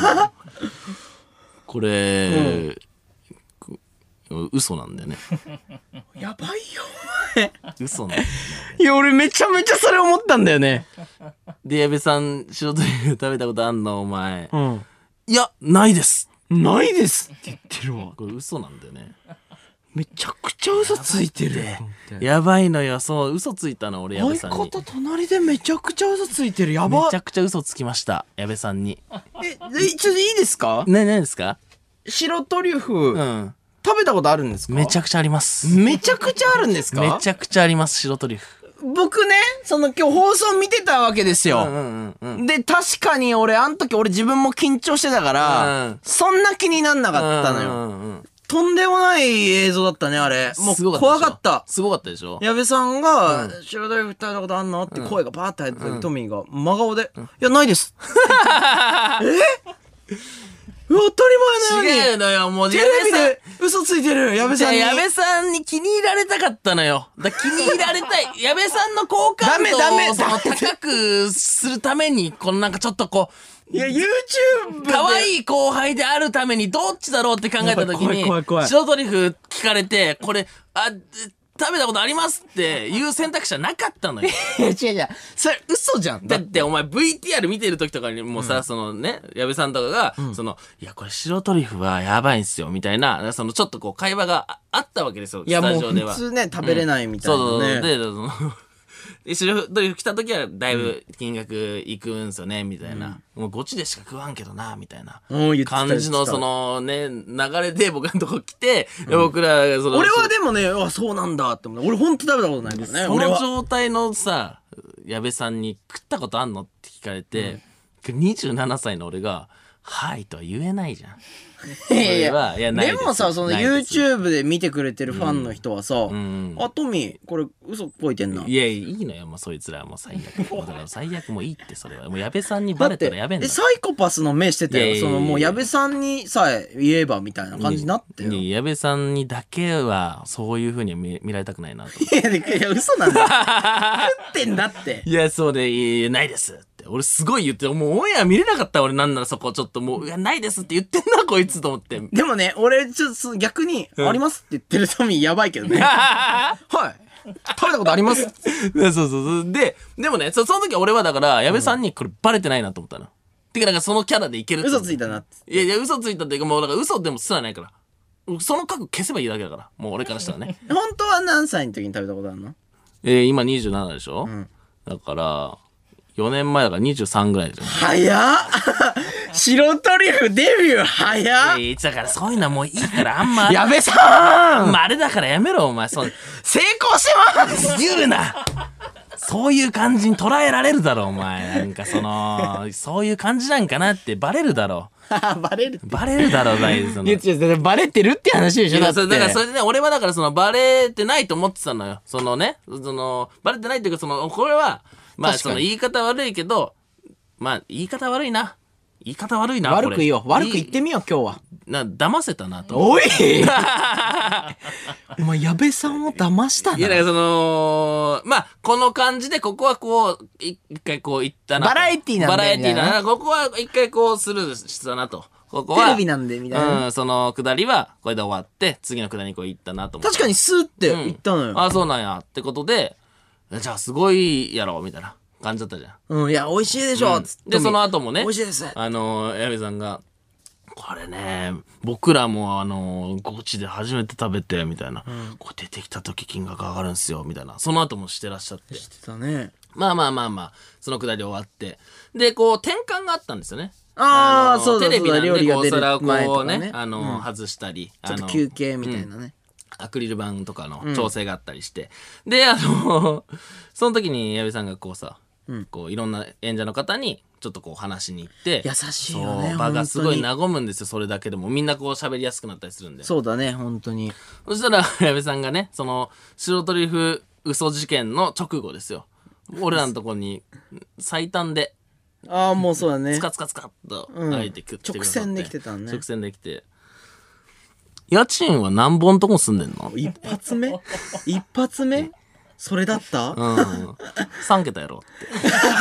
これ、嘘なんだよね。 やばいよ、お前。 嘘なんだよね。 いや、俺めちゃめちゃそれ思ったんだよね。 で、矢部さん、白トリュフ食べたことあんのお前。いや、ないです。 ないですって言ってるわ。 これ嘘なんだよね。 めちゃくちゃ嘘ついてる。 やばいのよ。そう、嘘ついたの、俺、矢部さんに。 相方隣でめちゃくちゃ嘘ついてる。やば。 めちゃくちゃ嘘つきました、矢部さんに。 ちょっといいですか？ 何ですか？ 白トリュフ。食べたことあるんですか？ めちゃくちゃあります。 めちゃくちゃあるんですか？ めちゃくちゃあります、白トリュフ。 僕ね、今日放送見てたわけですよ。で、確かに俺自分も緊張してたから、そんな気になんなかったのよ。とんでもない映像だったね、あれ。もう怖かった。 すごかったでしょ？矢部さんが、白トリュフ食べたことあんのって声がバーって入ってたトミーが真顔で、いや、ないです。当たり前違うのよ、もう。 テレビで嘘ついてる、矢部さんに。 矢部さんに気に入られたかったのよ。気に入られたい。矢部さんの好感度を高くするために、なんかちょっとこう、 いや、YouTube で。 可愛い後輩であるためにどっちだろうって考えたときに、白トリュフ聞かれて、これ、食べたことありますっていう選択肢はなかったのよ。 いや、違う。それ嘘じゃん。 だってお前 VTR 見てる時とかにもさ、矢部さんとかが、いや、これ白トリュフはやばいんすよ、みたいな、ちょっとこう会話があったわけですよ、スタジオでは。 いや、もう普通ね、食べれないみたいなね。 そうで、 白トリュフ来た時はだいぶ金額いくんすよね、みたいな。もうゴチでしか食わんけどな、みたいな感じのそのね、流れで僕のとこ来て、僕らがその。 俺はでもね、そうなんだって思う。俺ほんと食べたことないからね。 その状態のさ、矢部さんに食ったことあんのって聞かれて、27歳の俺が、はいとは言えないじゃん。 いやでもさ、その YouTube で見てくれてるファンの人はさ、トミー、これ嘘っぽいてんな。 いや、いいのよ、もうそいつらはもう最悪。だから最悪もういいって、それは。もう矢部さんにバレたらやべえんだ。 サイコパスの目してたよ。そのもう矢部さんにさえ言えばみたいな感じになってよ。 矢部さんにだけはそういう風には見られたくないなと。 いや、嘘なんだ。食ってんだって。 いや、そうで、ないです。俺すごい言って、もうオンエア見れなかった俺なんならそこちょっともう、いや、ないですって言ってんな、こいつと思って。 でもね、俺ちょっと逆に、ありますって言ってるトミーやばいけどね。はい。食べたことありますそう。でもね、その時俺はだから、矢部さんにこれバレてないなと思ったの。てかなんかそのキャラでいける。 嘘ついたなって。 いや、嘘ついたっていうかもうだから嘘でもすらないから。その過去消せばいいだけだから。もう俺からしたらね。 本当は何歳の時に食べたことあるの？ 今27でしょ？だから、4年前だから23ぐらいじゃん。 早っ白トリュフデビュー早っだからそういうのはもういいからあんま。 矢部さんあれだからやめろお前。 成功します言うなそういう感じに捉えられるだろお前。なんかそういう感じなんかなってバレるだろ。 バレるだろ、大事。 バレてるって話でしょ。だからそれでね、俺はだからバレてないと思ってたのよ。バレてないっていうかこれは、まあ言い方悪いけど、まあ言い方悪いな。 悪く言おう。悪く言ってみよう、今日は。 騙せたなと。 おいお前、矢部さんを騙したな。 いや、だからまあ、この感じで、ここはこう、一回こう言ったな。 バラエティーなんだ。 バラエティーだな。ここは一回こうスルーしたなと。ここは。 テレビなんで、みたいな。 そのくだりは、これで終わって、次のくだりにこう言ったなと思って。 確かにスーって言ったのよ。 そうなんや。ってことで、じゃあすごいやろ、みたいな感じだったじゃん。いや、美味しいでしょ、つって。 で、その後もね。 美味しいです。 矢部さんが、これね、僕らもゴチで初めて食べて、みたいな。これ出てきた時金額上がるんすよ、みたいな。その後もしてらっしゃって。 してたね。 まあ、そのくだり終わって。で、こう、転換があったんですよね。 そうだ、 テレビなんで、こう、お皿をこうね、外したり。 ちょっと休憩みたいなね。 アクリル板とかの調整があったりして。で、その時に矢部さんがこうさ、こういろんな演者の方にちょっとこう話しに行って。 優しいよね。 場がすごい和むんですよ、それだけでも。みんなこう喋りやすくなったりするんで。 そうだね、本当に。 そしたら矢部さんがね、白トリュフ嘘事件の直後ですよ。俺らのとこに最短で。 もうそうだね。 つかっと歩いてくって直線で来てたんね。 直線で来て。家賃は何本とこ住んでんの？ 一発目それだった？ 3桁やろって。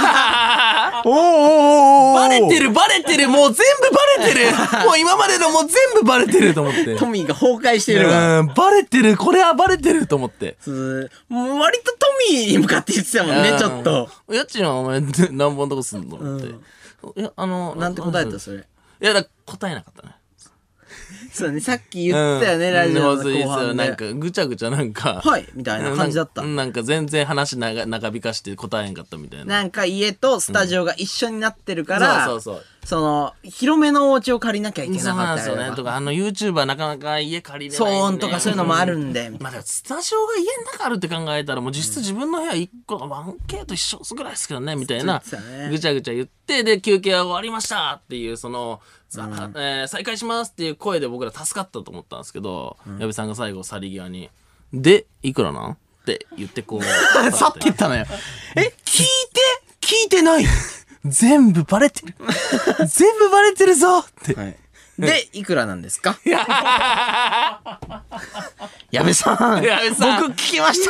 バレてるもう全部バレてるもう今までのもう全部バレてると思って。 トミーが崩壊してるわ。 バレてるこれはバレてると思って。 割とトミーに向かって言ってたもんね、ちょっと。 家賃はお前何本とこ住んのって。いや、 なんて答えたそれ。 いや、答えなかったね。 そうね、さっき言ったよね、ラジオの後半で。 なんか、ぐちゃぐちゃなんか。 はい、みたいな感じだった。 なんか全然話長引かして答えへんかったみたいな。 なんか家とスタジオが一緒になってるから、広めのお家を借りなきゃいけなかった。 そうなんですよね。とか、YouTuber なかなか家借りれない。 騒音とかそういうのもあるんで。 まあ、スタジオが家の中あるって考えたら、もう実質自分の部屋1個、1K と一緒ぐらいですけどね、みたいな。ぐちゃぐちゃ言って、で、休憩は終わりましたっていう、再開しますっていう声で僕ら助かったと思ったんですけど、矢部さんが最後去り際に、で、いくらなんって言ってこう。 さっき言ったのよ。聞いてない全部バレてるぞって。 で、いくらなんですか？矢部さん、僕聞きました。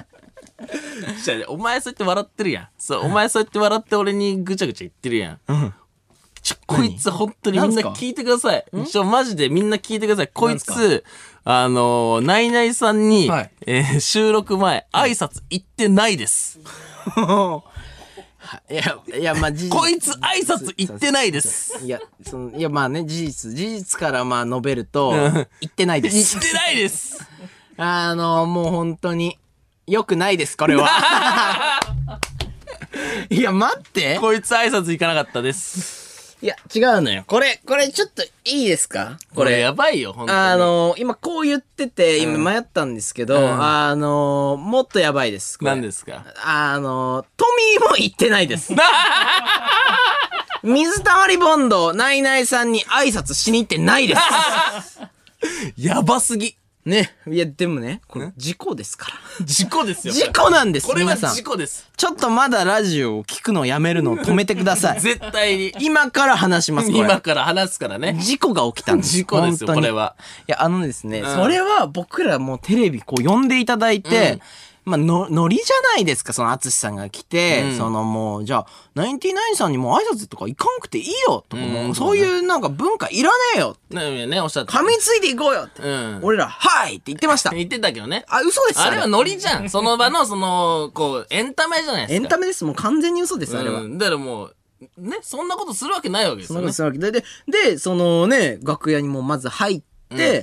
お前そうやって笑ってるやん。お前そうやって笑って俺にぐちゃぐちゃ言ってるやん。こいつ本当にみんな聞いてください。マジでみんな聞いてください。こいつ、ナイナイさんに、収録前、挨拶行ってないです。 いや、まあ、 こいつ挨拶行ってないです。 いや、まあね、事実からまあ述べると、行ってないです。 行ってないです。 もう本当に、 よくないです、これは。いや、待って。 こいつ挨拶行かなかったです。 いや、違うのよ。これちょっといいですか？ これやばいよ、本当に。 今こう言ってて、今迷ったんですけど、もっとやばいです。 何ですか？ トミーも言ってないです。水溜りボンド、ナイナイさんに挨拶しに行ってないです。 やばすぎ。 ね。いや、でもね、これ事故ですから。 事故ですよ。 事故なんです。 これは事故です。 ちょっとまだラジオを聞くのをやめるのを止めてください。 絶対に。 今から話します、これ。 今から話すからね。 事故が起きたんです。 事故ですよ、これは。 いや、ですね、それは僕らもうテレビこう呼んでいただいて、まあ、ノリじゃないですか、その淳さんが来て、もう、じゃあ、ナインティナインさんにも挨拶とか行かんくていいよとか、もう、そういうなんか文化いらねえよ。 ね、おっしゃって。 噛みついていこうよって。俺ら、はいって言ってました。 言ってたけどね。 嘘です。 あれはノリじゃん。その場の、こう、エンタメじゃないですか。 エンタメです。もう完全に嘘です、あれは。 だからもう、ね、そんなことするわけないわけですよね。 そんなことするわけで、そのね、楽屋にもまず入って、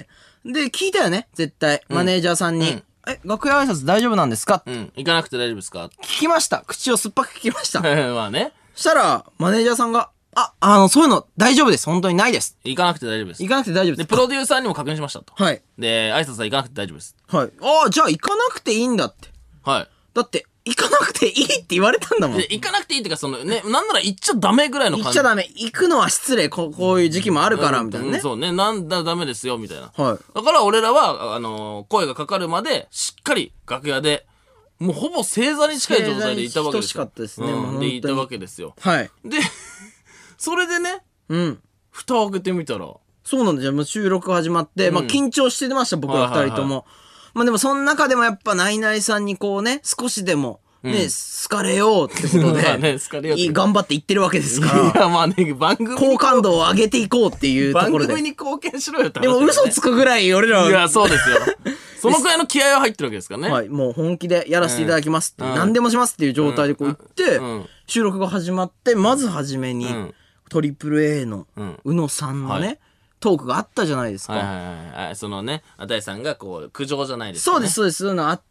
で、聞いたよね、絶対。マネージャーさんに。楽屋挨拶大丈夫なんですか？ 行かなくて大丈夫ですか？ 聞きました。口を酸っぱく聞きました。 まあね。 したら、マネージャーさんが、そういうの大丈夫です。本当にないです。 行かなくて大丈夫です。 行かなくて大丈夫です。 で、プロデューサーにも確認しましたと。 はい。 で、挨拶は行かなくて大丈夫です。 はい。じゃあ行かなくていいんだって。 はい。 だって、行かなくていいって言われたんだもん。 行かなくていいっていうか、なんなら行っちゃダメぐらいの感じ。 行っちゃダメ。行くのは失礼。こういう時期もあるから、みたいなね。 そうね。ダメですよ、みたいな。 はい。 だから俺らは、声がかかるまで、しっかり楽屋で、もうほぼ正座に近い状態でいたわけですよ。 正座に等しかったですね。 で、いたわけですよ。 はい。 で、それでね、蓋を開けてみたら。 そうなんですよ。もう収録始まって、まあ緊張してました、僕ら二人とも。まあでもその中でもやっぱナイナイさんにこうね、少しでも、ね、好かれようってことで、頑張って言ってるわけですから。 いや、まあね、番組好感度を上げていこうっていうところで。 番組に貢献しろよって話。 でも嘘つくぐらい俺らは。 いや、そうですよ。そのくらいの気合は入ってるわけですからね。 はい、もう本気でやらせていただきますって、何でもしますっていう状態でこう言って、収録が始まって、まずはじめに、トリプル A の宇野さんのね、トークがあったじゃないですか。 はい。そのね、あたいさんがこう、苦情じゃないですか、ね。そうです。そういうのあって、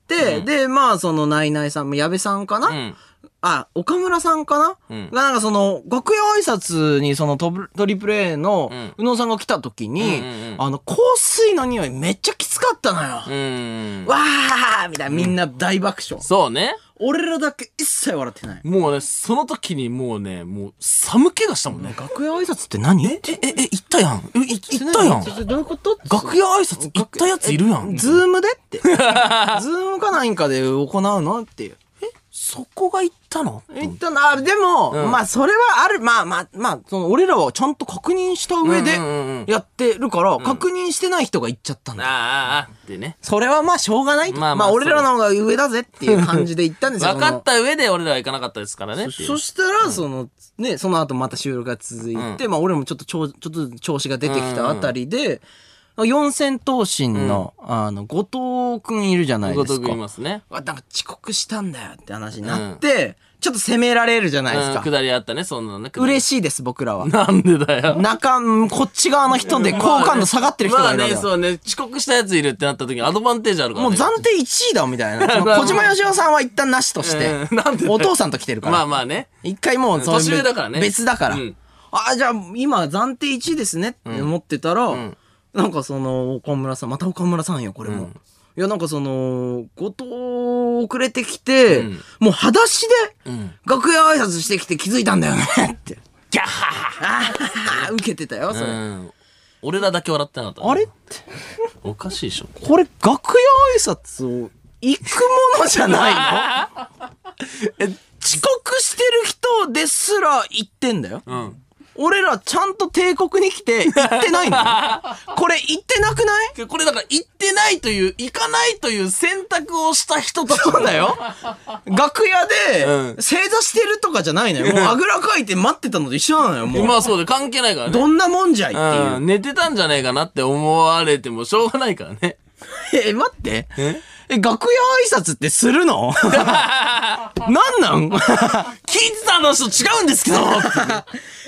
で、まあ、その、ナイナイさん、矢部さんかな、岡村さんかな、が、なんかその、楽屋挨拶にそのトリプル A の宇野さんが来た時に、香水の匂いめっちゃきつかったのよ。わーみたいな、みんな大爆笑。 そうね。 俺らだけ一切笑ってない。 もうね、その時にもう寒気がしたもんね。 楽屋挨拶って何？ 行ったやん。行ったやん。 どういうこと？ 楽屋挨拶行ったやついるやん。 ズームでって。ズームか何かで行うのっていう。 そこが行ったの？ 行ったの。でも、まあ、それはある。まあ、その、俺らはちゃんと確認した上で、やってるから、確認してない人が行っちゃったんだ。 ってね。 それはまあ、しょうがない。まあ、俺らの方が上だぜっていう感じで行ったんですよ。 分かった上で俺らは行かなかったですからね。 そしたら、その後また収録が続いて、まあ、俺もちょっと調子が出てきたあたりで、四千頭身の、後藤くんいるじゃないですか。 後藤くんいますね。 なんか遅刻したんだよって話になって、ちょっと責められるじゃないですか。 下りあったね、そんなのね。 嬉しいです、僕らは。 なんでだよ。 こっち側の人で好感度下がってる人がいるわけだ。 そうね、遅刻したやついるってなった時にアドバンテージあるからね。 もう暫定1位だ、みたいな。小島よしおさんは一旦なしとして。なんでお父さんと来てるから。 まあね。 一回もう、 年上だからね。 別だから。じゃあ、今暫定1位ですねって思ってたら、なんかその、岡村さん、また岡村さんよ、これも。いや、なんかその、後藤遅れてきて、もう裸足で、楽屋挨拶してきて気づいたんだよねって。ギャッハー受けてたよ、それ。 俺らだけ笑ってなかった。 あれって。 おかしいでしょ。 これ、楽屋挨拶を行くものじゃないの？遅刻してる人ですら行ってんだよ。俺らちゃんと帝国に来て行ってないの？これ行ってなくない？ これだから行ってないという、行かないという選択をした人たち。 そうだよ。楽屋で正座してるとかじゃないのよ。もうあぐらかいて待ってたのと一緒なのよ、もう。 まあそうで関係ないからね。 どんなもんじゃいっていう。 寝てたんじゃないかなって思われてもしょうがないからね。 待って。楽屋挨拶ってするの？なん聞いてたの人違うんですけど。いや、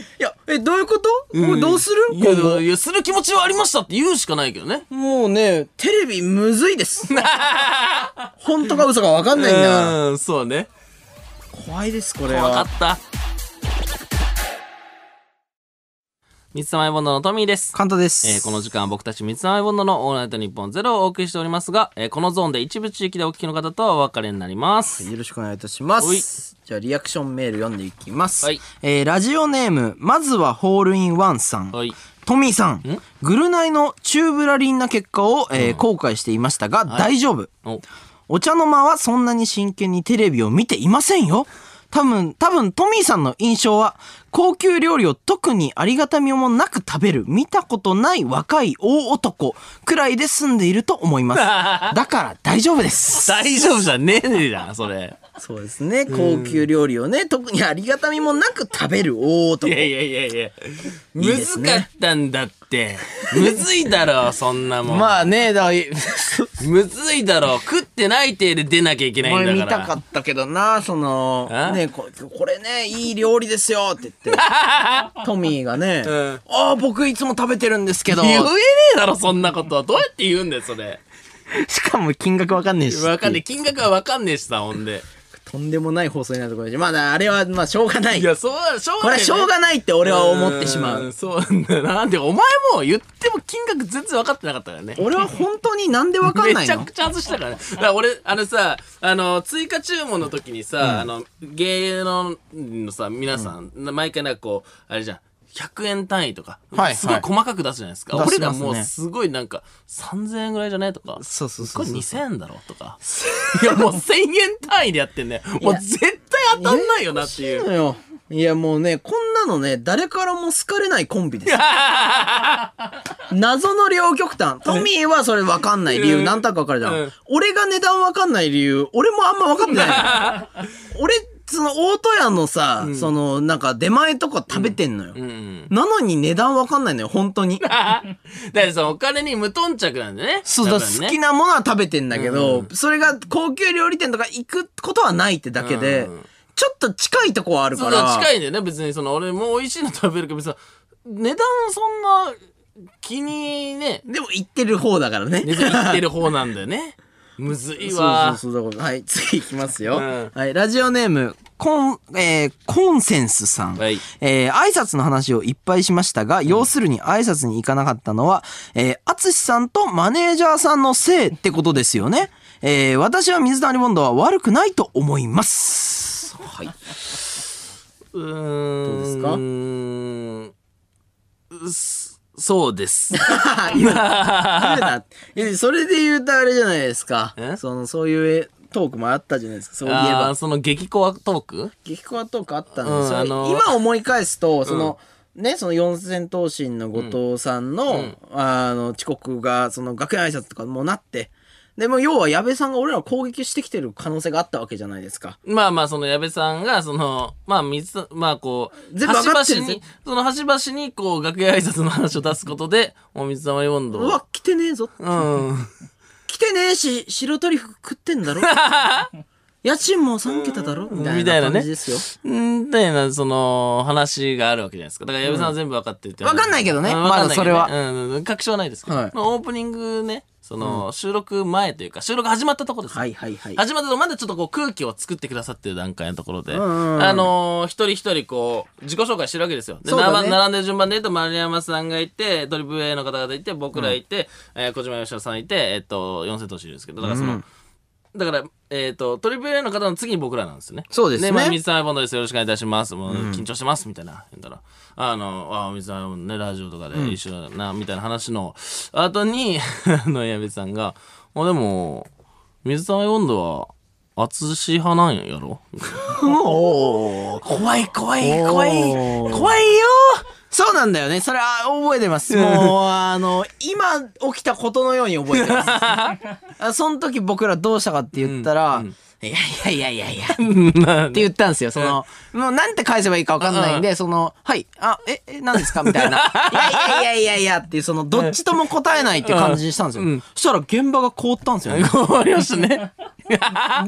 どういうこと？もうどうする？ いや、する気持ちはありましたって言うしかないけどね。 もうね、テレビむずいです。本当か嘘か分かんないんだから。 そうね。 怖いです、これは。 怖かった。三つ玉ボンドのトミーです。 カンタです。 この時間は僕たち三つ玉ボンドのオールナイトニッポンゼロをお送りしておりますが、このゾーンで一部地域でお聞きの方とはお別れになります。 よろしくお願いいたします。じゃあリアクションメール読んでいきます。 はい。 ラジオネーム、まずはホールインワンさん。 はい。 トミーさん、グルナイのチューブラリンな結果を、後悔していましたが、大丈夫。お茶の間はそんなに真剣にテレビを見ていませんよ。多分トミーさんの印象は高級料理を特にありがたみもなく食べる見たことない若い大男くらいで済んでいると思います。だから大丈夫です。 大丈夫じゃねえじゃんそれ。 そうですね、高級料理をね特にありがたみもなく食べる大男。 いやむずかったんだって。むずいだろそんなもん。 まあね、 むずいだろ、食ってない体で出なきゃいけないんだから。 見たかったけどな、そのね、これねいい料理ですよって言ってトミーがね、僕いつも食べてるんですけど。 言えねえだろそんなことは。どうやって言うんだよそれ。 しかも金額わかんねえし。 わかんねえ、金額はわかんねえしさ。ほんでとんでもない放送になるところで、まああれはまあしょうがない。 いや、しょうがない、ね。 これはしょうがないって俺は思ってしまう。 そうなんだよな。なんでお前も言っても金額全然分かってなかったからね。 俺は本当になんで分かんないの？ めちゃくちゃ外したからね。だから俺追加注文の時にさ、芸能のさ皆さん、毎回なんかこうあれじゃん。100円単位とか、すごい細かく出すじゃないですか。俺らもうすごいなんか、3000円ぐらいじゃないとか、 そう。 これ2000円だろとか。いやもう1000円単位でやってんね。もう絶対当たんないよなっていう。 いやもうね、こんなのね、誰からも好かれないコンビです。謎の両極端。トミーはそれ分かんない理由、なんとなく分かるじゃん。俺が値段分かんない理由、俺もあんま分かってない。俺、その大戸屋のさ、そのなんか出前とか食べてんのよ。なのに値段わかんないのよ本当に。 だからそのお金に無頓着なんでね。 そうだ、好きなものは食べてんだけど、それが高級料理店とか行くことはないってだけで、ちょっと近いとこはあるから。 そう近いんだよね別に。その俺も美味しいの食べるけどさ、値段そんな気にね。 でも行ってる方だからね。 行ってる方なんだよね。むずいわ。 そうはい、次いきますよ。はい、ラジオネーム、コンセンスさん。挨拶の話をいっぱいしましたが、要するに挨拶に行かなかったのは、アツシさんとマネージャーさんのせいってことですよね。私は水溜りボンドは悪くないと思います。はい。どうですか？そうです。 それで言うとあれじゃないですか。そういうトークもあったじゃないですか。そういえば。 その激コアトーク？ 激コアトークあったんですよ。今思い返すと、その四千頭身の後藤さんの、遅刻が、その楽屋挨拶とかもなって、でも要は矢部さんが俺らを攻撃してきてる可能性があったわけじゃないですか。 まあその矢部さんが、こう、 全部分かってるんですよ。 その端々にこう、楽屋挨拶の話を出すことで、もう水溜りボンド。 うわ、来てねえぞ。来てねえし、白トリュフ食ってんだろ。家賃も3桁だろみたいな感じですよ。 みたいな、その、話があるわけじゃないですか。だから矢部さんは全部分かってるって。 分かんないけどね。まだそれは。 確証はないですけど。オープニングね。その、収録前というか、収録始まったところです。 始まったとまだちょっとこう空気を作ってくださってる段階のところで、一人一人こう、自己紹介してるわけですよ。で、並んでる順番で言うと、丸山さんがいて、トリプル A の方々いて、僕らいて、小島よしおさんいて、四千頭身いるんですけど、だからその、トリプル A の方の次に僕らなんですよね。 そうですね。 水溜りボンドです。よろしくお願いいたします。もう緊張してます。みたいな。言ったら、水溜りボンドね、ラジオとかで一緒だな、みたいな話の後に、矢部さんが、でも、水溜りボンドは、淳派なんやろ怖いよ。 そうなんだよね。それは覚えてます。もう、今起きたことのように覚えてます。その時僕らどうしたかって言ったら、いやって言ったんですよ。もうなんて返せばいいか分かんないんで、はい、何ですかみたいな。いやっていう、どっちとも答えないっていう感じにしたんですよ。そしたら現場が凍ったんですよね。 凍りましたね。 で、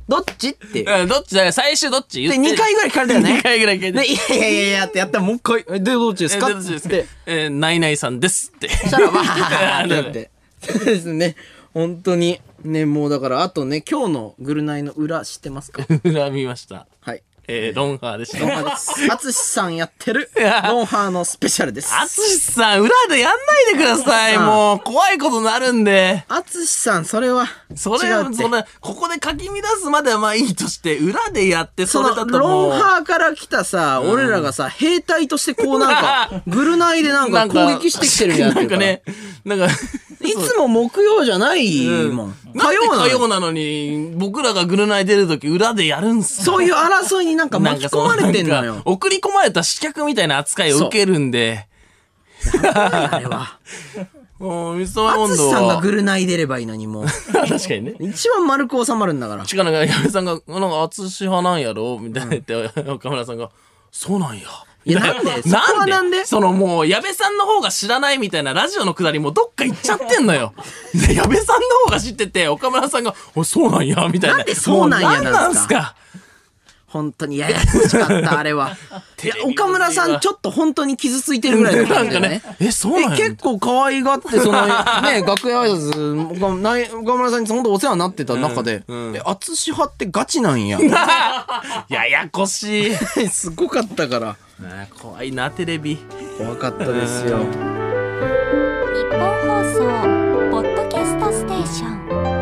どっちってどっちだよ、最終どっち言って。で、2回ぐらい聞かれたよね。 2回ぐらい聞いて。 で、いやいやいやってやったらもう一回、で、どっちですかどっちですかって。ナイナイさんですって。 そしたら、わーってなって。そうですね。本当に。ね、もうだから、あとね、今日のぐるナイの裏知ってますか？ 裏見ました。 はい。 ロンハーでした。 ロンハーです。アツシさんやってる、ロンハーのスペシャルです。 アツシさん、裏でやんないでください。もう、怖いことになるんで。 アツシさん、それは。 それ、ここでかき乱すまではまあいいとして、裏でやって、それだともう。 ロンハーから来たさ、俺らがさ、兵隊としてこうなんか、ぐるナイでなんか攻撃してきてるんやってるから。 なんかね、なんか、 いつも木曜じゃないもん。 火曜なのに、僕らがぐるナイ出るとき裏でやるんすか？ そういう争いになんか巻き込まれてんのよ。 送り込まれた刺客みたいな扱いを受けるんで。 あれは。 もう、水溜りボンドは。 淳さんがぐるナイ出ればいいのにもう。 確かにね。 一番丸く収まるんだから。 違う、なんか、矢部さんが、なんか、淳派なんやろみたいな言って、岡村さんが、そうなんや。 いや、なんでそこはなんでそのもう、矢部さんの方が知らないみたいなラジオのくだりもどっか行っちゃってんのよ。で、矢部さんの方が知ってて、岡村さんが、そうなんや、みたいな。 なんでそうなんやなんすか。 本当にややこしかった、あれは。いや、岡村さんちょっと本当に傷ついてるぐらいだったんだよね。 そうなんや。 結構可愛がって、その、ね、楽屋挨拶、岡村さんに本当お世話になってた中で、淳派ってガチなんや。 ややこしい。 すごかったから。 怖いな、テレビ。 怖かったですよ。 日本放送ポッドキャストステーション。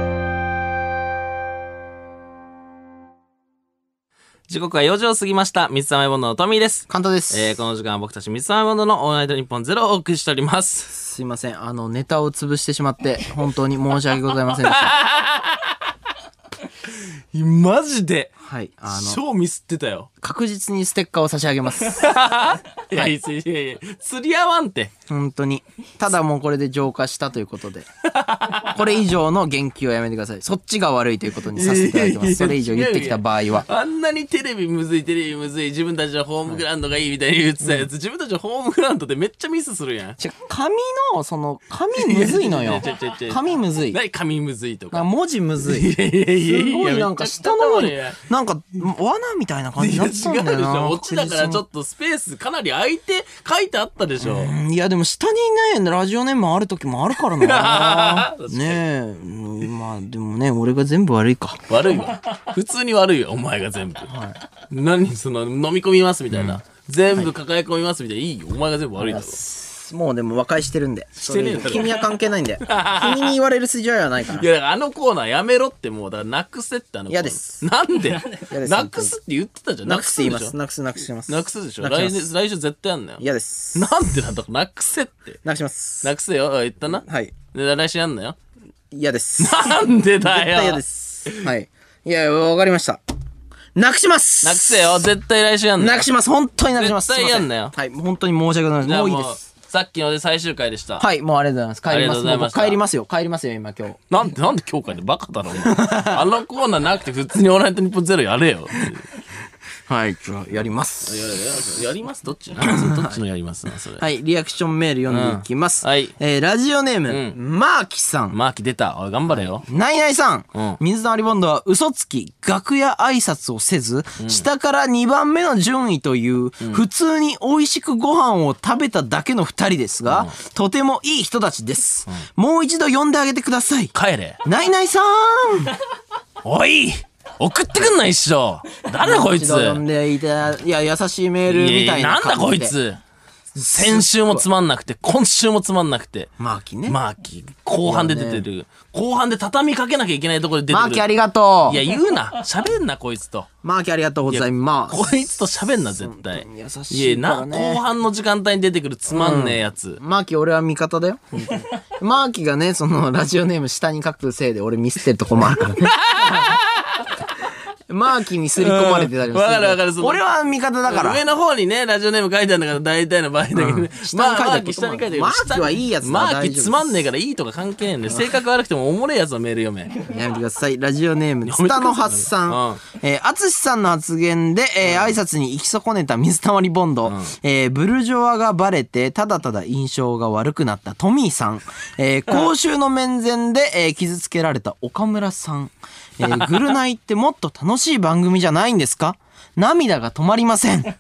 時刻は4時を過ぎました。水溜りボンドのトミーです。 カントです。 この時間は僕たち水溜りボンドのオールナイトニッポンゼロをお送りしております。 すいません。ネタを潰してしまって、本当に申し訳ございませんでした。 マジで。 はい。 超ミスってたよ。 確実にステッカーを差し上げます。 いやいや、釣り合わんて。 本当に。ただもうこれで浄化したということで。これ以上の言及はやめてください。そっちが悪いということにさせていただきます。それ以上言ってきた場合は。 あんなにテレビむずい、自分たちのホームグラウンドがいいみたいに言ってたやつ、自分たちのホームグラウンドでめっちゃミスするやん。 紙むずいのよ。紙むずい。 何紙むずいとか。 文字むずい。すごいなんか下の方に、なんか罠みたいな感じになってたんだよな。 落ちだからちょっとスペースかなり空いて書いてあったでしょ。 いやでも下にね、ラジオネームある時もあるからな。ねえ。まあでもね、俺が全部悪いか。 悪いわ。普通に悪いよ、お前が全部。何その飲み込みますみたいな。全部抱え込みますみたいな。いいよ、お前が全部悪いだろ。 もうでも和解してるんで。 してねえだろ。 君は関係ないんで。君に言われる筋合いはないから。 いや、だからコーナーやめろってもう、だからなくせって嫌です。 なんでなくすって言ってたじゃん。 なくす言います。なくすします。 なくすでしょ。来週絶対やんなよ。 嫌です。 なんでなんだなくせって。 なくします。 なくせよ。言ったな。 はい。 で、来週やんなよ。 嫌です。 なんでだよ。 絶対嫌です。はい。いや、わかりました。なくします。 なくせよ。絶対来週やんなよ。 なくします。本当になくします。 絶対やんなよ。 はい。本当に申し訳ございません。もういいです。 さっきので最終回でした。 はい、もうありがとうございます。帰ります。帰りますよ。帰りますよ、今今日。 なんで今日帰ってバカだろ、お前。コーナーなくて普通にオールナイトニッポンゼロやれよ。 はい、じゃあ、やります。 やりますどっちのやりますそれ。 はい、リアクションメール読んでいきます。 はい。 ラジオネーム、マーキさん。 マーキ出た。おい、頑張れよ。 ナイナイさん。水溜りボンドは嘘つき、楽屋挨拶をせず、下から2番目の順位という、普通に美味しくご飯を食べただけの二人ですが、とてもいい人たちです。もう一度呼んであげてください。 帰れ。 ナイナイさん。 おい送ってくんな一生。誰だこいつ。 呼んでいた、いや、優しいメールみたいな感じで。 なんだこいつ。先週もつまんなくて、今週もつまんなくて。 マーキね。 マーキ。後半で出てる。後半で畳みかけなきゃいけないところで出てる。 マーキありがとう。 いや、言うな。喋んな、こいつと。 マーキありがとうございます。 こいつと喋んな、絶対。 優しいからね。 後半の時間帯に出てくるつまんねえやつ。 マーキ俺は味方だよ。マーキがね、そのラジオネーム下に書くせいで俺ミスってるとこもあるからね。マーキーにすり込まれてたりもする。 わかる。 俺は味方だから。 上の方にね、ラジオネーム書いてあるんだから大体の場合だけどね。 下に書いてある。 下に書いてある。 マーキはいいやつだ。 マーキつまんねえからいいとか関係ないんで、性格悪くてもおもれえやつのメール読め。 やめてください。ラジオネーム、ツタの発さん。アツシさんの発言で、挨拶に行き損ねた水溜りボンド。ブルジョワがバレて、ただただ印象が悪くなったトミーさん。公衆の面前で、傷つけられた岡村さん。 ぐるナイってもっと楽しい番組じゃないんですか？涙が止まりません。こう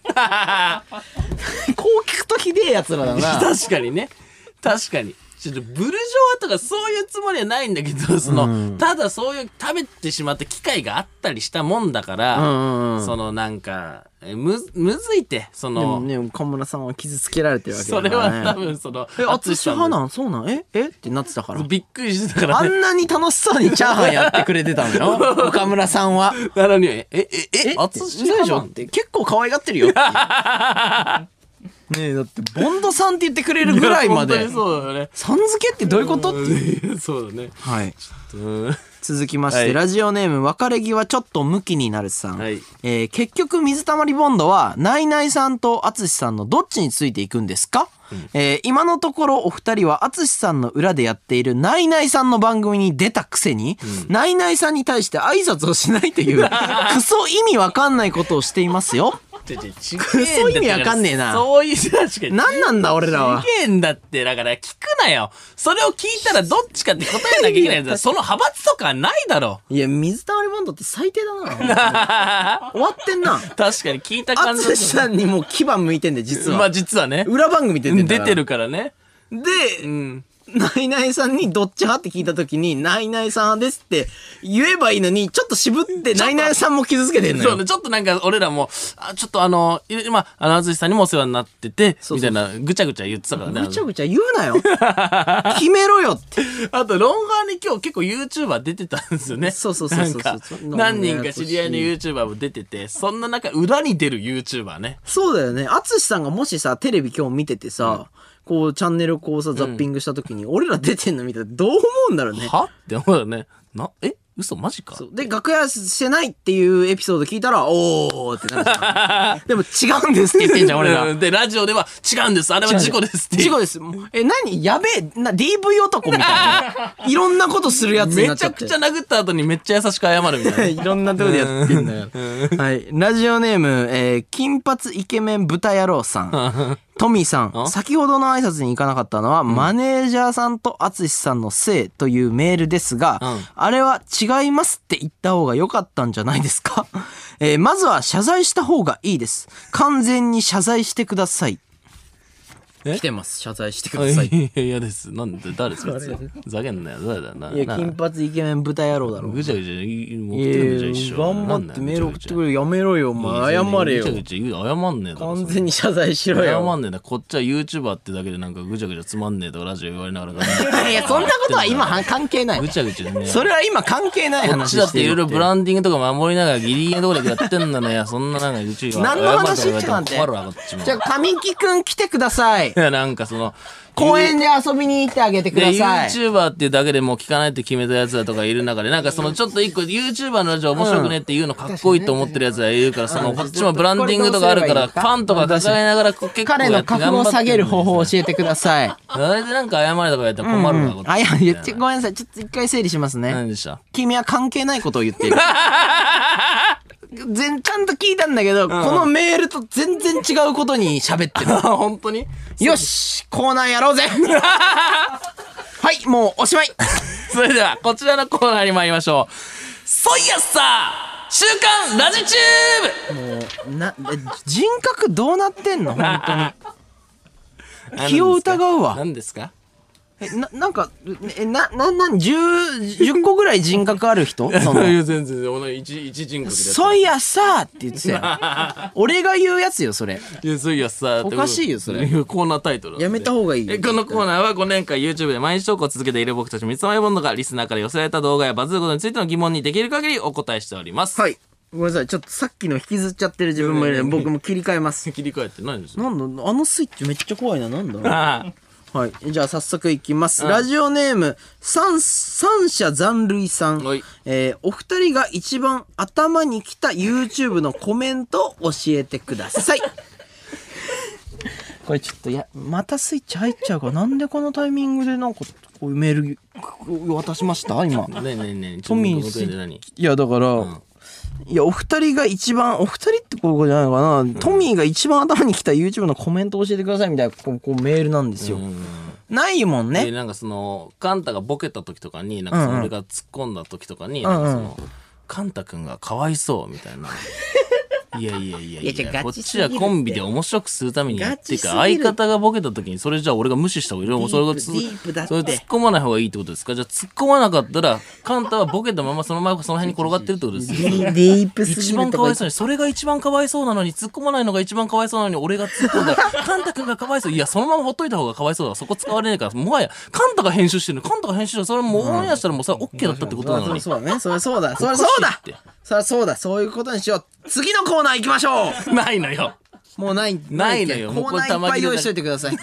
聞くとひでえやつらだな。 確かにね。確かに。ちょっとブルジョワとかそういうつもりはないんだけど、ただそういう食べてしまった機会があったりしたもんだから、なんか、むずいて、 でもね、岡村さんは傷つけられてるわけだからね。 それは多分淳派なんそうなんってなってたから。 びっくりしてたからね。あんなに楽しそうにチャーハンやってくれてたのよ。岡村さんは。 なのに、淳派でしょって結構可愛がってるよって。ねえ、だってボンドさんって言ってくれるぐらいまで。 そうだよね。 さん付けってどういうことっていう。 そうだね。 はい。続きまして、ラジオネーム別れ際ちょっとムキになるさん。結局水溜りボンドはナイナイさんと淳さんのどっちについていくんですか？今のところお二人は淳さんの裏でやっているナイナイさんの番組に出たくせに、ナイナイさんに対して挨拶をしないというクソ意味わかんないことをしていますよ。クソ意味わかんねえな。 そういう確かに。 何なんだ俺らは。 ちげえんだって。だから聞くなよ。それを聞いたらどっちかって答えなきゃいけないんだ。その派閥とかないだろ。 いや、水溜りボンドって最低だな。終わってんな。 確かに聞いた感じ。 淳さんにもう牙向いてんで、実は。 まあ実はね。 裏番組出てんだから。 出てるからね。 で、ナイナイさんにどっち派って聞いたときに、ナイナイさん派ですって言えばいいのに、ちょっと渋ってナイナイさんも傷つけてんのよ。 そうね、ちょっとなんか俺らも、ちょっと淳さんにもお世話になってて、みたいな、ぐちゃぐちゃ言ってたからね。 ぐちゃぐちゃ言うなよ。決めろよって。 あと、ロンハーに今日結構 YouTuber 出てたんですよね。 そう。 何人か知り合いの YouTuber も出てて、そんな中、裏に出る YouTuber ね。 そうだよね。淳さんがもしさ、テレビ今日見ててさ、こうチャンネルこうさザッピングした時に、俺ら出てんの見たらどう思うんだろうね。 はって思うよね。嘘マジか。 で、楽屋してないっていうエピソード聞いたら、おーってなるじゃん。でも違うんですって言ってんじゃん、俺ら。 で、ラジオでは違うんです。あれは事故ですって。 事故です。何やべえ、DV 男みたいな。いろんなことするやつになっちゃって。 めちゃくちゃ殴った後にめっちゃ優しく謝るみたいな。 いろんなとこでやってんだよ。はい。ラジオネーム、金髪イケメン豚野郎さん。トミーさん、先ほどの挨拶に行かなかったのは、マネージャーさんと淳さんのせいというメールですが、あれは違いますって言った方が良かったんじゃないですか？まずは謝罪した方がいいです。完全に謝罪してください。来てます。謝罪してください。 いや、嫌です。なんで、誰ですか？ふざけんなよ。誰だな。 いや、金髪イケメン豚野郎だろ。 ぐちゃぐちゃ、送ってるんじゃ一緒。 頑張ってメール送ってくれ。やめろよ、お前。謝れよ。 ぐちゃぐちゃ言う、謝んねえだろ。 完全に謝罪しろよ。 謝んねえだ。こっちは YouTuber ってだけでなんかぐちゃぐちゃつまんねえとかラジオ言われながら。 いや、そんなことは今関係ない。 ぐちゃぐちゃね。 それは今関係ない話してる。 こっちだっていろいろブランディングとか守りながらギリギリのところでやってんだね。いや、そんななんかうち何の話ってなんて。じゃあ、神木くん来てください。 いや、なんか公園で遊びに行ってあげてください。 YouTuber っていうだけでもう聞かないって決めたやつだとかいる中で、なんかちょっと一個 YouTuber のラジオ面白くねっていうのかっこいいと思ってるやつがいるから、こっちもブランディングとかあるから、ファンとか抱えながら結構彼の覚悟を下げる方法を教えてください。 あれでなんか謝れとかやったら困るわ。 ごめんなさい。ちょっと一回整理しますね。 何でした？ 君は関係ないことを言っている。ちゃんと聞いたんだけど、このメールと全然違うことに喋ってる。 本当に？ よし、コーナーやろうぜ。はい、もうおしまい。 それではこちらのコーナーに参りましょう。ソイヤッサー週刊ラジチューブ。もう人格どうなってんの本当に。気を疑うわ。 何ですか？ なんか、10個ぐらい人格ある人？ いや、全然、一人格で。 そういやさって言ってたよ。俺が言うやつよ、それ。 いや、そういやさおかしいよ、それ。 コーナータイトル。 やめた方がいいよ。 このコーナーは5年間 YouTube で毎日投稿を続けている僕たち三つ前ボンドがリスナーから寄せられた動画やバズることについての疑問にできる限りお答えしております。 はい。ごめんなさい。ちょっとさっきの引きずっちゃってる自分もいるので、僕も切り替えます。 切り替えって何ですか？ なんだ、あのスイッチめっちゃ怖いな。なんだろう。はい。じゃあ早速いきます。ラジオネーム、三者残類さん。お二人が一番頭にきた YouTube のコメントを教えてください。これちょっとまたスイッチ入っちゃうから、なんでこのタイミングでなんか、こういうメール渡しました今。 トミーいや、だから、いや、お二人ってこうじゃないのかな、トミーが一番頭に来た YouTube のコメントを教えてくださいみたいなこうメールなんですよ。ないもんね。 なんかカンタがボケた時とかに、なんか俺が突っ込んだ時とかに、なんかカンタ君がかわいそうみたいな。いやこっちはガチすぎるってコンビで面白くするためにやってるから、 ガチすぎる相方がボケた時にそれじゃあ俺が無視した方がいい。それがディープだってそれ突っ込まない方がいいってことですか？じゃあ突っ込まなかったらカンタはボケたままその辺に転がってるってことですよ。 ディープすぎ一るとか番かわいそうに、それが一番かわいそうなのに、突っ込まないのが一番かわいそうなのに、俺が突っ込んだ。カンタ君がかわいそう。いや、そのままほっといた方がかわいそうだ。そこ使われないから、もはや、カンタが編集してるの。カンタが編集してる。それもうオンエアしたらもうさ、オッケーだったってことなのに。 そうだね。それそうだ。 おかしいってそういうことにしよう。次のコーナー行きましょう。 ないのよ。 もうないのよ。 コーナーいっぱい用意しといてください。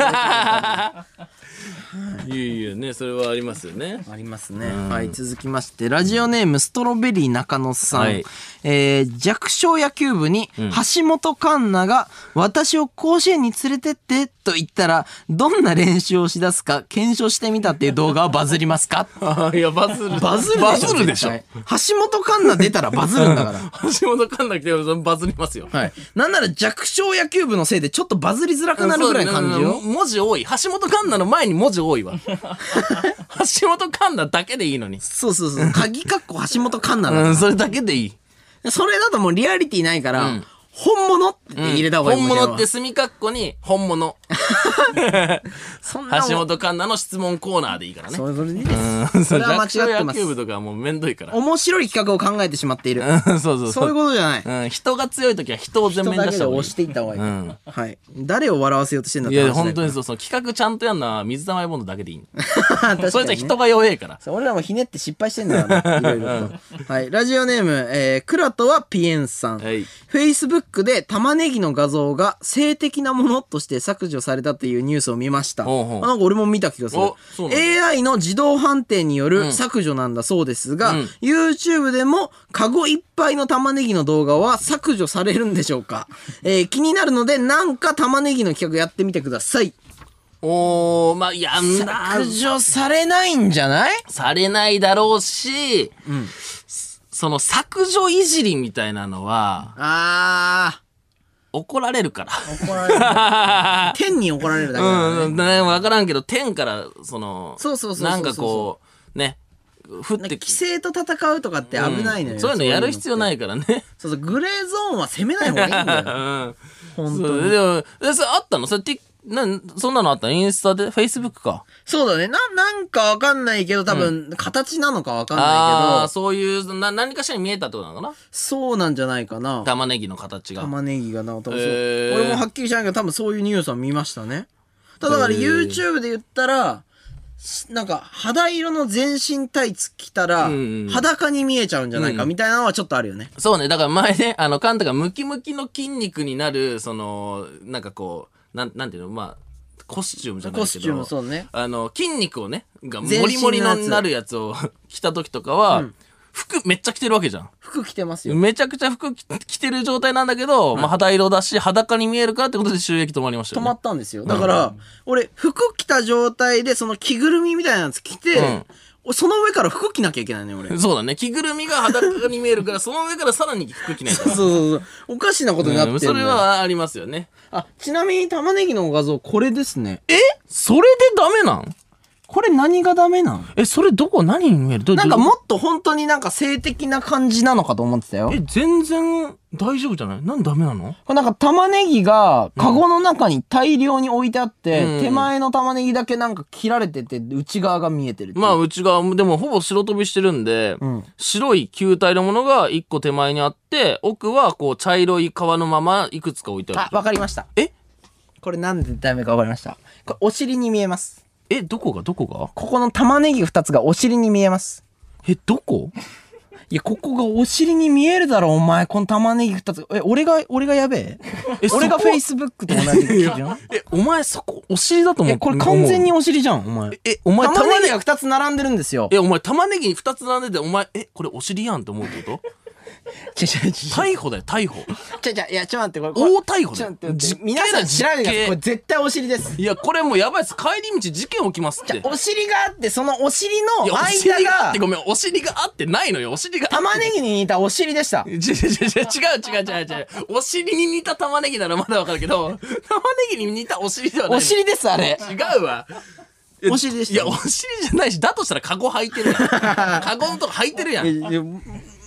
いやね、それはありますよね。 ありますね。はい、続きまして、ラジオネームストロベリー中野さん。 はい、 弱小野球部に橋本環奈が私を甲子園に連れてってと言ったら、どんな練習をしだすか検証してみたっていう動画はバズりますか？ いや、バズるでしょ。 橋本環奈出たらバズるんだから。 橋本環奈来てバズりますよ。 はい。なんなら弱小野球部のせいでちょっとバズりづらくなるぐらいの感じよ。 文字多い。橋本環奈の前に文字多いわ。橋本環奈だけでいいのに。 そう。鍵括弧橋本環奈だから。 それだけでいい。 それだともうリアリティないから、本物って入れた方がいい。 本物って墨括弧に本物。 そんな橋本環奈の質問コーナーでいいからね。 それでいいです。それは間違ってます。 野球部とかはもうめんどいから。 面白い企画を考えてしまっている。そういうことじゃない。 人が強い時は人を全面に出した方がいい。 押していった方がいい。はい。誰を笑わせようとしてんだっていや、本当にそう。企画ちゃんとやるのは水溜りボンドだけでいい。それじゃ人が弱えから。 俺らもひねって失敗してんだよな。いろいろと。はい。ラジオネーム、クラトはピエンさん。Facebook で玉ねぎの画像が性的なものとして削除されたというニュースを見ました。なんか俺も見た気がする。AI の自動判定による削除なんだそうですが、YouTube でもカゴいっぱいの玉ねぎの動画は削除されるんでしょうか？気になるのでなんか玉ねぎの企画やってみてください。 まあ、やんだ。 削除されないんじゃない？ されないだろうし、その削除いじりみたいなのは、怒られるから。怒られる。天に怒られるだけだね。わからんけど、天から、なんかこう、ね、降って規制と戦うとかって危ないのよ。 そういうのやる必要ないからね。 グレーゾーンは攻めない方がいいんだよ。本当に。 でも、それあったの？それそんなのあったの？インスタで Facebook か。 そうだね。なんかわかんないけど、多分、形なのかわかんないけど。 そういう、何かしらに見えたってことなのかな？ そうなんじゃないかな。 玉ねぎの形が。 玉ねぎがな、多分そう。俺もはっきりしないけど、多分そういうニュースは見ましたね。だから YouTube で言ったら、なんか肌色の全身タイツ着たら、裸に見えちゃうんじゃないかみたいなのはちょっとあるよね。 そうね。だから前ね、カンタがムキムキの筋肉になる、なんかこう、なんていうの、まあ、コスチュームじゃないけど。コスチューム、そうね。筋肉をね、モリモリのなるやつを着た時とかは、服めっちゃ着てるわけじゃん。 服着てますよ。 めちゃくちゃ服着てる状態なんだけど、まあ肌色だし、裸に見えるからってことで収益止まりましたよね。 止まったんですよ。だから、俺、服着た状態で、その着ぐるみみたいなやつ着て、その上から服着なきゃいけないね、俺。 そうだね。着ぐるみが裸に見えるから、その上からさらに服着ないと。 そう。おかしなことになってる、 それはありますよね。 ちなみに玉ねぎの画像、これですね。 それでダメなん？ これ何がダメなん？ それ何に見える？ なんかもっと本当になんか性的な感じなのかと思ってたよ。 全然大丈夫じゃない？なんでダメなの？ なんか玉ねぎがカゴの中に大量に置いてあって、手前の玉ねぎだけなんか切られてて、内側が見えてる。 まあ内側、でもほぼ白飛びしてるんで、白い球体のものが一個手前にあって、奥はこう茶色い皮のままいくつか置いてある。 わかりました。これなんでダメかわかりました。これお尻に見えます。 どこがここの玉ねぎ2つがお尻に見えます。 どこ？ いや、ここがお尻に見えるだろ、お前。この玉ねぎ2つ。俺がやべえ？俺が Facebook と同じじゃん？ お前そこ、お尻だと思う。 これ完全にお尻じゃん、お前。 お前玉ねぎが2つ並んでるんですよ。 お前玉ねぎ2つ並んでて、お前、これお尻やんって思うってこと？逮捕だよ、逮捕。 いや、ちょっと待って、これ。 大逮捕だよ。 皆さん調べてください。これ絶対お尻です。 いや、これもうやばいです。帰り道事件起きますって。 お尻があって、そのお尻の間が。 お尻があって、ごめん、お尻があってないのよ、お尻が。 玉ねぎに似たお尻でした。 違う。お尻に似た玉ねぎならまだわかるけど、玉ねぎに似たお尻ではない。 お尻です、あれ。 違うわ。 お尻でした。 いや、お尻じゃないし、だとしたらカゴ履いてるやん。カゴのとこ履いてるやん。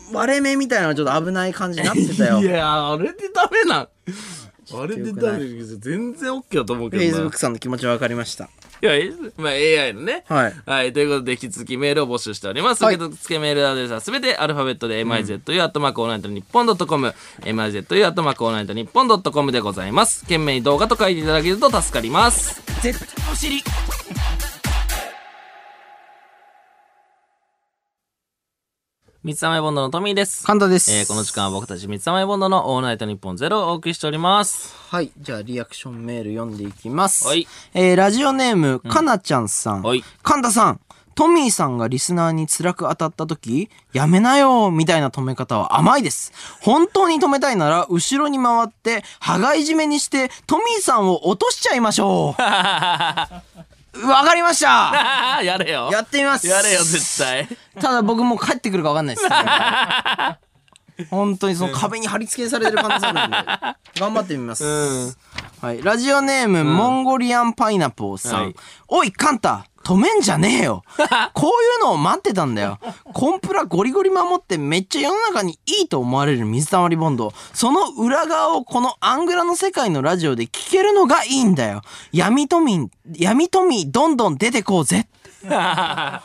割れ目みたいなのちょっと危ない感じになってたよ。 いや、あれでダメなん。あれでダメ全然 OK だと思うけどな。 Facebook さんの気持ちは分かりました。 いや、まあ AI のね。 はい。 はい。ということで、引き続きメールを募集しております。受付メールアドレスはすべてアルファベットで mizu@allnightnippon.com、mizu@allnightnippon.com でございます。懸命に動画と書いていただけると助かります。 絶対お尻。 三つ玉ボンドのトミーです。 神田です。 この時間は僕たち三つ玉ボンドのオールナイトニッポンゼロをお送りしております。 はい。じゃあ、リアクションメール読んでいきます。 はい。 ラジオネーム、かなちゃんさん。 はい。 神田さん。トミーさんがリスナーに辛く当たった時、やめなよみたいな止め方は甘いです。本当に止めたいなら、後ろに回って、羽交い締めにして、トミーさんを落としちゃいましょう。わかりましたやれよ。 やってみます。 やれよ、絶対。 ただ僕もう帰ってくるかわかんないです。本当にその壁に貼り付けされてる可能性あるんで、頑張ってみます。はい。ラジオネーム、モンゴリアンパイナポーさん。はい、おい、カンタ止めんじゃねえよ。こういうのを待ってたんだよ。コンプラゴリゴリ守ってめっちゃ世の中にいいと思われる水溜りボンド。その裏側をこのアングラの世界のラジオで聞けるのがいいんだよ。闇トミーどんどん出てこうぜ。はい、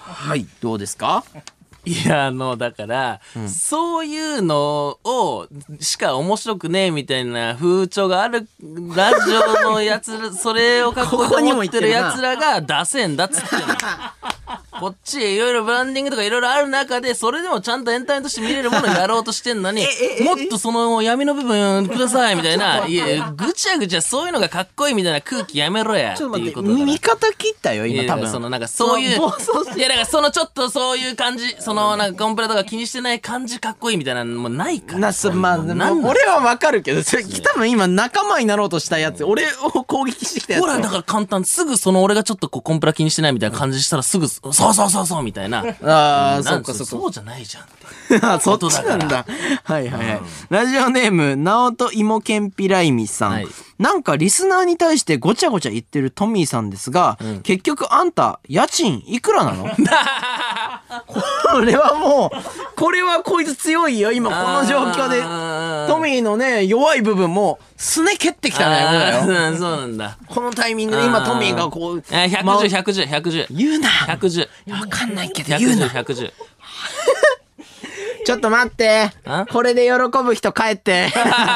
どうですか？ いや、だから、そういうのを、しか面白くねえみたいな風潮があるラジオのやつ、それをかっこいいと思ってるやつらが出せんだっつってんの。こっちいろいろブランディングとかいろいろある中で、それでもちゃんとエンタメとして見れるものをやろうとしてんのに、もっとその闇の部分くださいみたいな、いや、ぐちゃぐちゃそういうのがかっこいいみたいな空気やめろやっていうことだから。 見方切ったよ、今多分。 そのなんかそういう、いやだからそのちょっとそういう感じ、そのなんかコンプラとか気にしてない感じかっこいいみたいなのもないから。 まあ、俺はわかるけど、多分今仲間になろうとしたやつ、俺を攻撃してきたやつ。 ほら、だから簡単、すぐその俺がちょっとこうコンプラ気にしてないみたいな感じしたらすぐ、そうみたいな。 ああ、そうか。 そうじゃないじゃんって。 そっちなんだ。はいはいはい。ラジオネーム、ナオトイモケンピライミさん。なんかリスナーに対してごちゃごちゃ言ってるトミーさんですが、結局あんた、家賃いくらなの？これはもう、これはこいつ強いよ、今この状況で。トミーのね、弱い部分も、すね蹴ってきたね、 そうなんだ。 このタイミングで今トミーがこう。 110。 言うな。 110。 わかんないけど言うな。 110。 ちょっと待って。これで喜ぶ人帰って。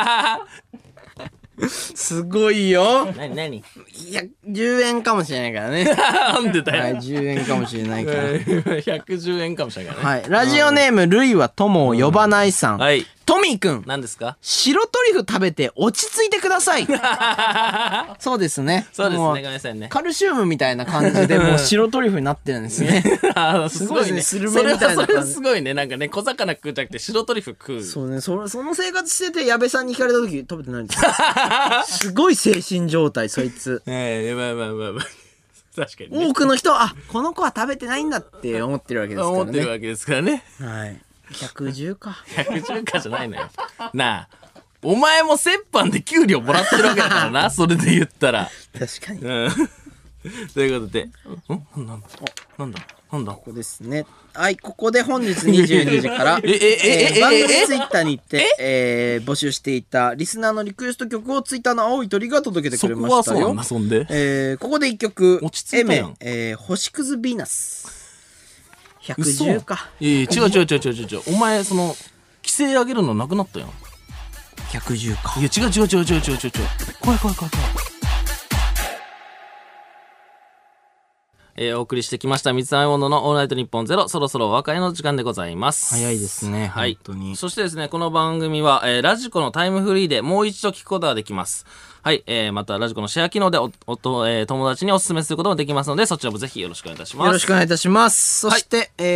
すごいよ。 何？ いや、10円かもしれないからね。 なんでだよ。 はい、10円かもしれないから。 110円かもしれないからね。 はい。ラジオネーム、ルイは友を呼ばないさん。はい。トミーくん。 何ですか？ 白トリュフ食べて落ち着いてください。そうですね。 そうですね。ごめんなさいね。 カルシウムみたいな感じでもう白トリュフになってるんですね。 すごいね。スルメみたいな。それはすごいね。なんかね、小魚食うじゃなくて白トリュフ食う。 そうね。その生活してて矢部さんに聞かれた時食べてないんですか？すごい精神状態、そいつ。 まあ。確かに、 ね。多くの人は、この子は食べてないんだって思ってるわけですからね。 思ってるわけですからね。 はい。110か。 110かじゃないのよ。なあ。お前も折半で給料もらってるわけだからな、それで言ったら。 確かに。 ということで。なんだここですね。はい、ここで本日22時から、番組ツイッターに行って、募集していたリスナーのリクエスト曲をツイッターの青い鳥が届けてくれましたよ。 そこはそうなんだ、そんで。 ここで一曲、 エメ、 星屑ヴィーナス。110か。 違う。お前、その、規制上げるのなくなったよ。 110か。 いや、違う。怖い。お送りしてきました三つ編み物のオールナイトニッポンゼロ、そろそろお別れの時間でございます。 早いですね。はい。本当に。 そしてですね、この番組は、ラジコのタイムフリーでもう一度聞くことができます。はい。またラジコのシェア機能で友達にお勧めすることもできますので、そちらもぜひよろしくお願いいたします。 よろしくお願いいたします。そして、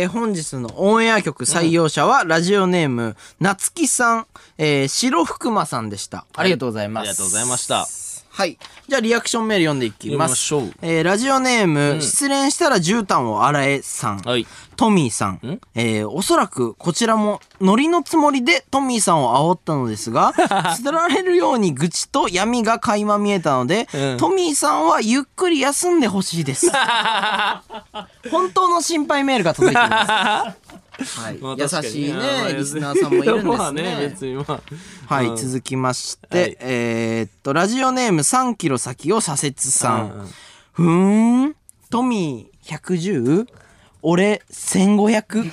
本日のオンエア曲採用者は、ラジオネーム、なつきさん、白福間さんでした。ありがとうございます。 ありがとうございました。 はい。じゃあリアクションメール読んでいきます。 読みましょう。ラジオネーム、失恋したら絨毯を洗えさん。はい。トミーさん。おそらくこちらもノリのつもりでトミーさんを煽ったのですが、捨てられるように愚痴と闇が垣間見えたので、トミーさんはゆっくり休んでほしいです。本当の心配メールが届いています。 はいまあ優確かにしいまあねリスナーさんもいるんですまあねね。 別にまあはい、 うん続きまして、ラジオネーム3キロ先を左折さん。ふーん、トミー 110？ 俺1500？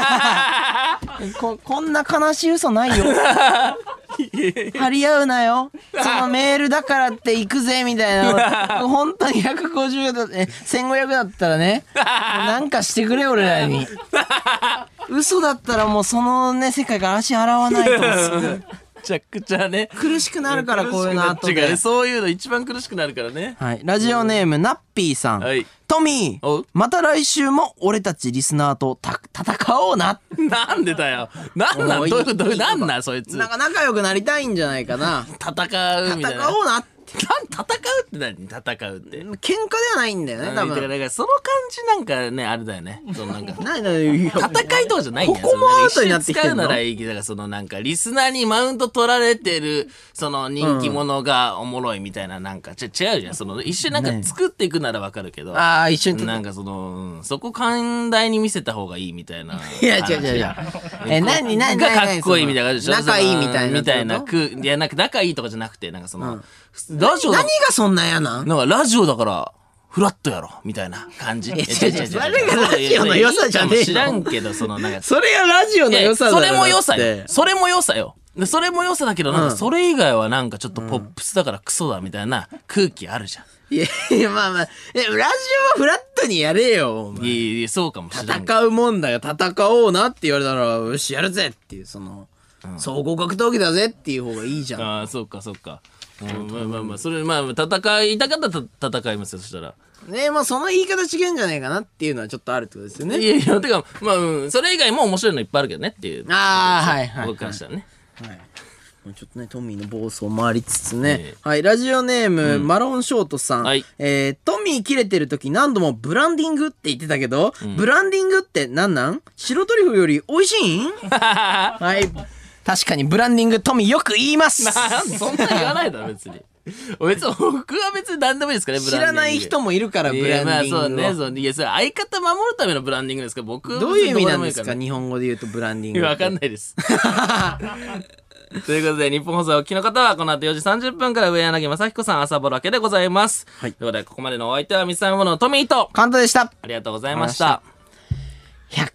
こんな悲しい嘘ないよ。張り合うなよ。そのメールだからって行くぜみたいな。本当に150だ、1500だったらね、なんかしてくれ俺らに。嘘だったらもうそのね世界から足洗わないとすぐめちゃくちゃね苦しくなるからこういうの後で。 苦しくなっちゃうからねそういうの一番苦しくなるからね。 はい、ラジオネームナッピーさん。 はいトミおうー、また来週も俺たちリスナーと戦おうな。 なんでだよ。なんなんおいどういうことなんなんそいつ。 なんか仲良くなりたいんじゃないかな。 戦うみたいな。 戦おうなって。 戦うって何戦うって。 喧嘩ではないんだよね、多だから分。 その感じなんかねあれだよね。そのなんかないのよ。 戦いとかじゃないんだよ。 ここもアウトになってきてんのその使うならいいけど、だからそのなんかリスナーにマウント取られてるその人気者がおもろいみたいななんか違うじゃん。その一緒になんか作っていくならわかるけど。 ああ、一緒に。 なんかその、そこ寛大に見せた方がいいみたいな。 いや、違う。何がかっこいいみたいな感じでしょ。 仲いいみたいな。 みたいな。いや、なんか仲いいとかじゃなくて、なんかその、ラジオ何がそんな嫌なん？ なんかラジオだからフラットやろみたいな感じ。 違うそれがラジオの良さじゃねえの。 知らんけどそのなんかそれがラジオの良さだよ。 それも良さよ。それも良さよ。それも良さだけどなんかそれ以外はなんかちょっとポップスだからクソだみたいな空気あるじゃん。 いやまあラジオはフラットにやれよ。 いやそうかもしれない。 戦うもんだよ、戦おうなって言われたらよしやるぜっていうその、総合格闘技だぜっていう方がいいじゃん。 ああそうか。まあそれまあ戦いたかったら戦いますよそしたら。 ねまあその言い方違うんじゃないかなっていうのはちょっとあるってことですよね。 いやてかまあそれ以外も面白いのいっぱいあるけどねっていう。 ああはい僕からしたらね。 はいちょっとねトミーの暴走もありつつね、はいラジオネーム、マロンショートさん、 はいトミー切れてる時何度もブランディングって言ってたけど、ブランディングって何なん？白トリュフより美味しいん？はい確かにブランディングトミーよく言います。 そんな言わないだろ別に。別に僕は別に何でもいいですからねブランディング。 知らない人もいるからブランディングを。 まあそうねそういやそれ相方守るためのブランディングですから僕はどういう意味なんです別にどうでもいいらねか日本語で言うとブランディングって。 わかんないです。ということで、日本放送をお聞きの方は、この後4時30分から上柳正彦さん朝ぼらけでございます。はい。ということで、ここまでのお相手は、ミサイモノのトミーと、 カンタでした。 ありがとうございました。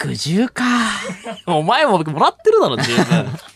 110か。 お前も僕もらってるだろ、十分。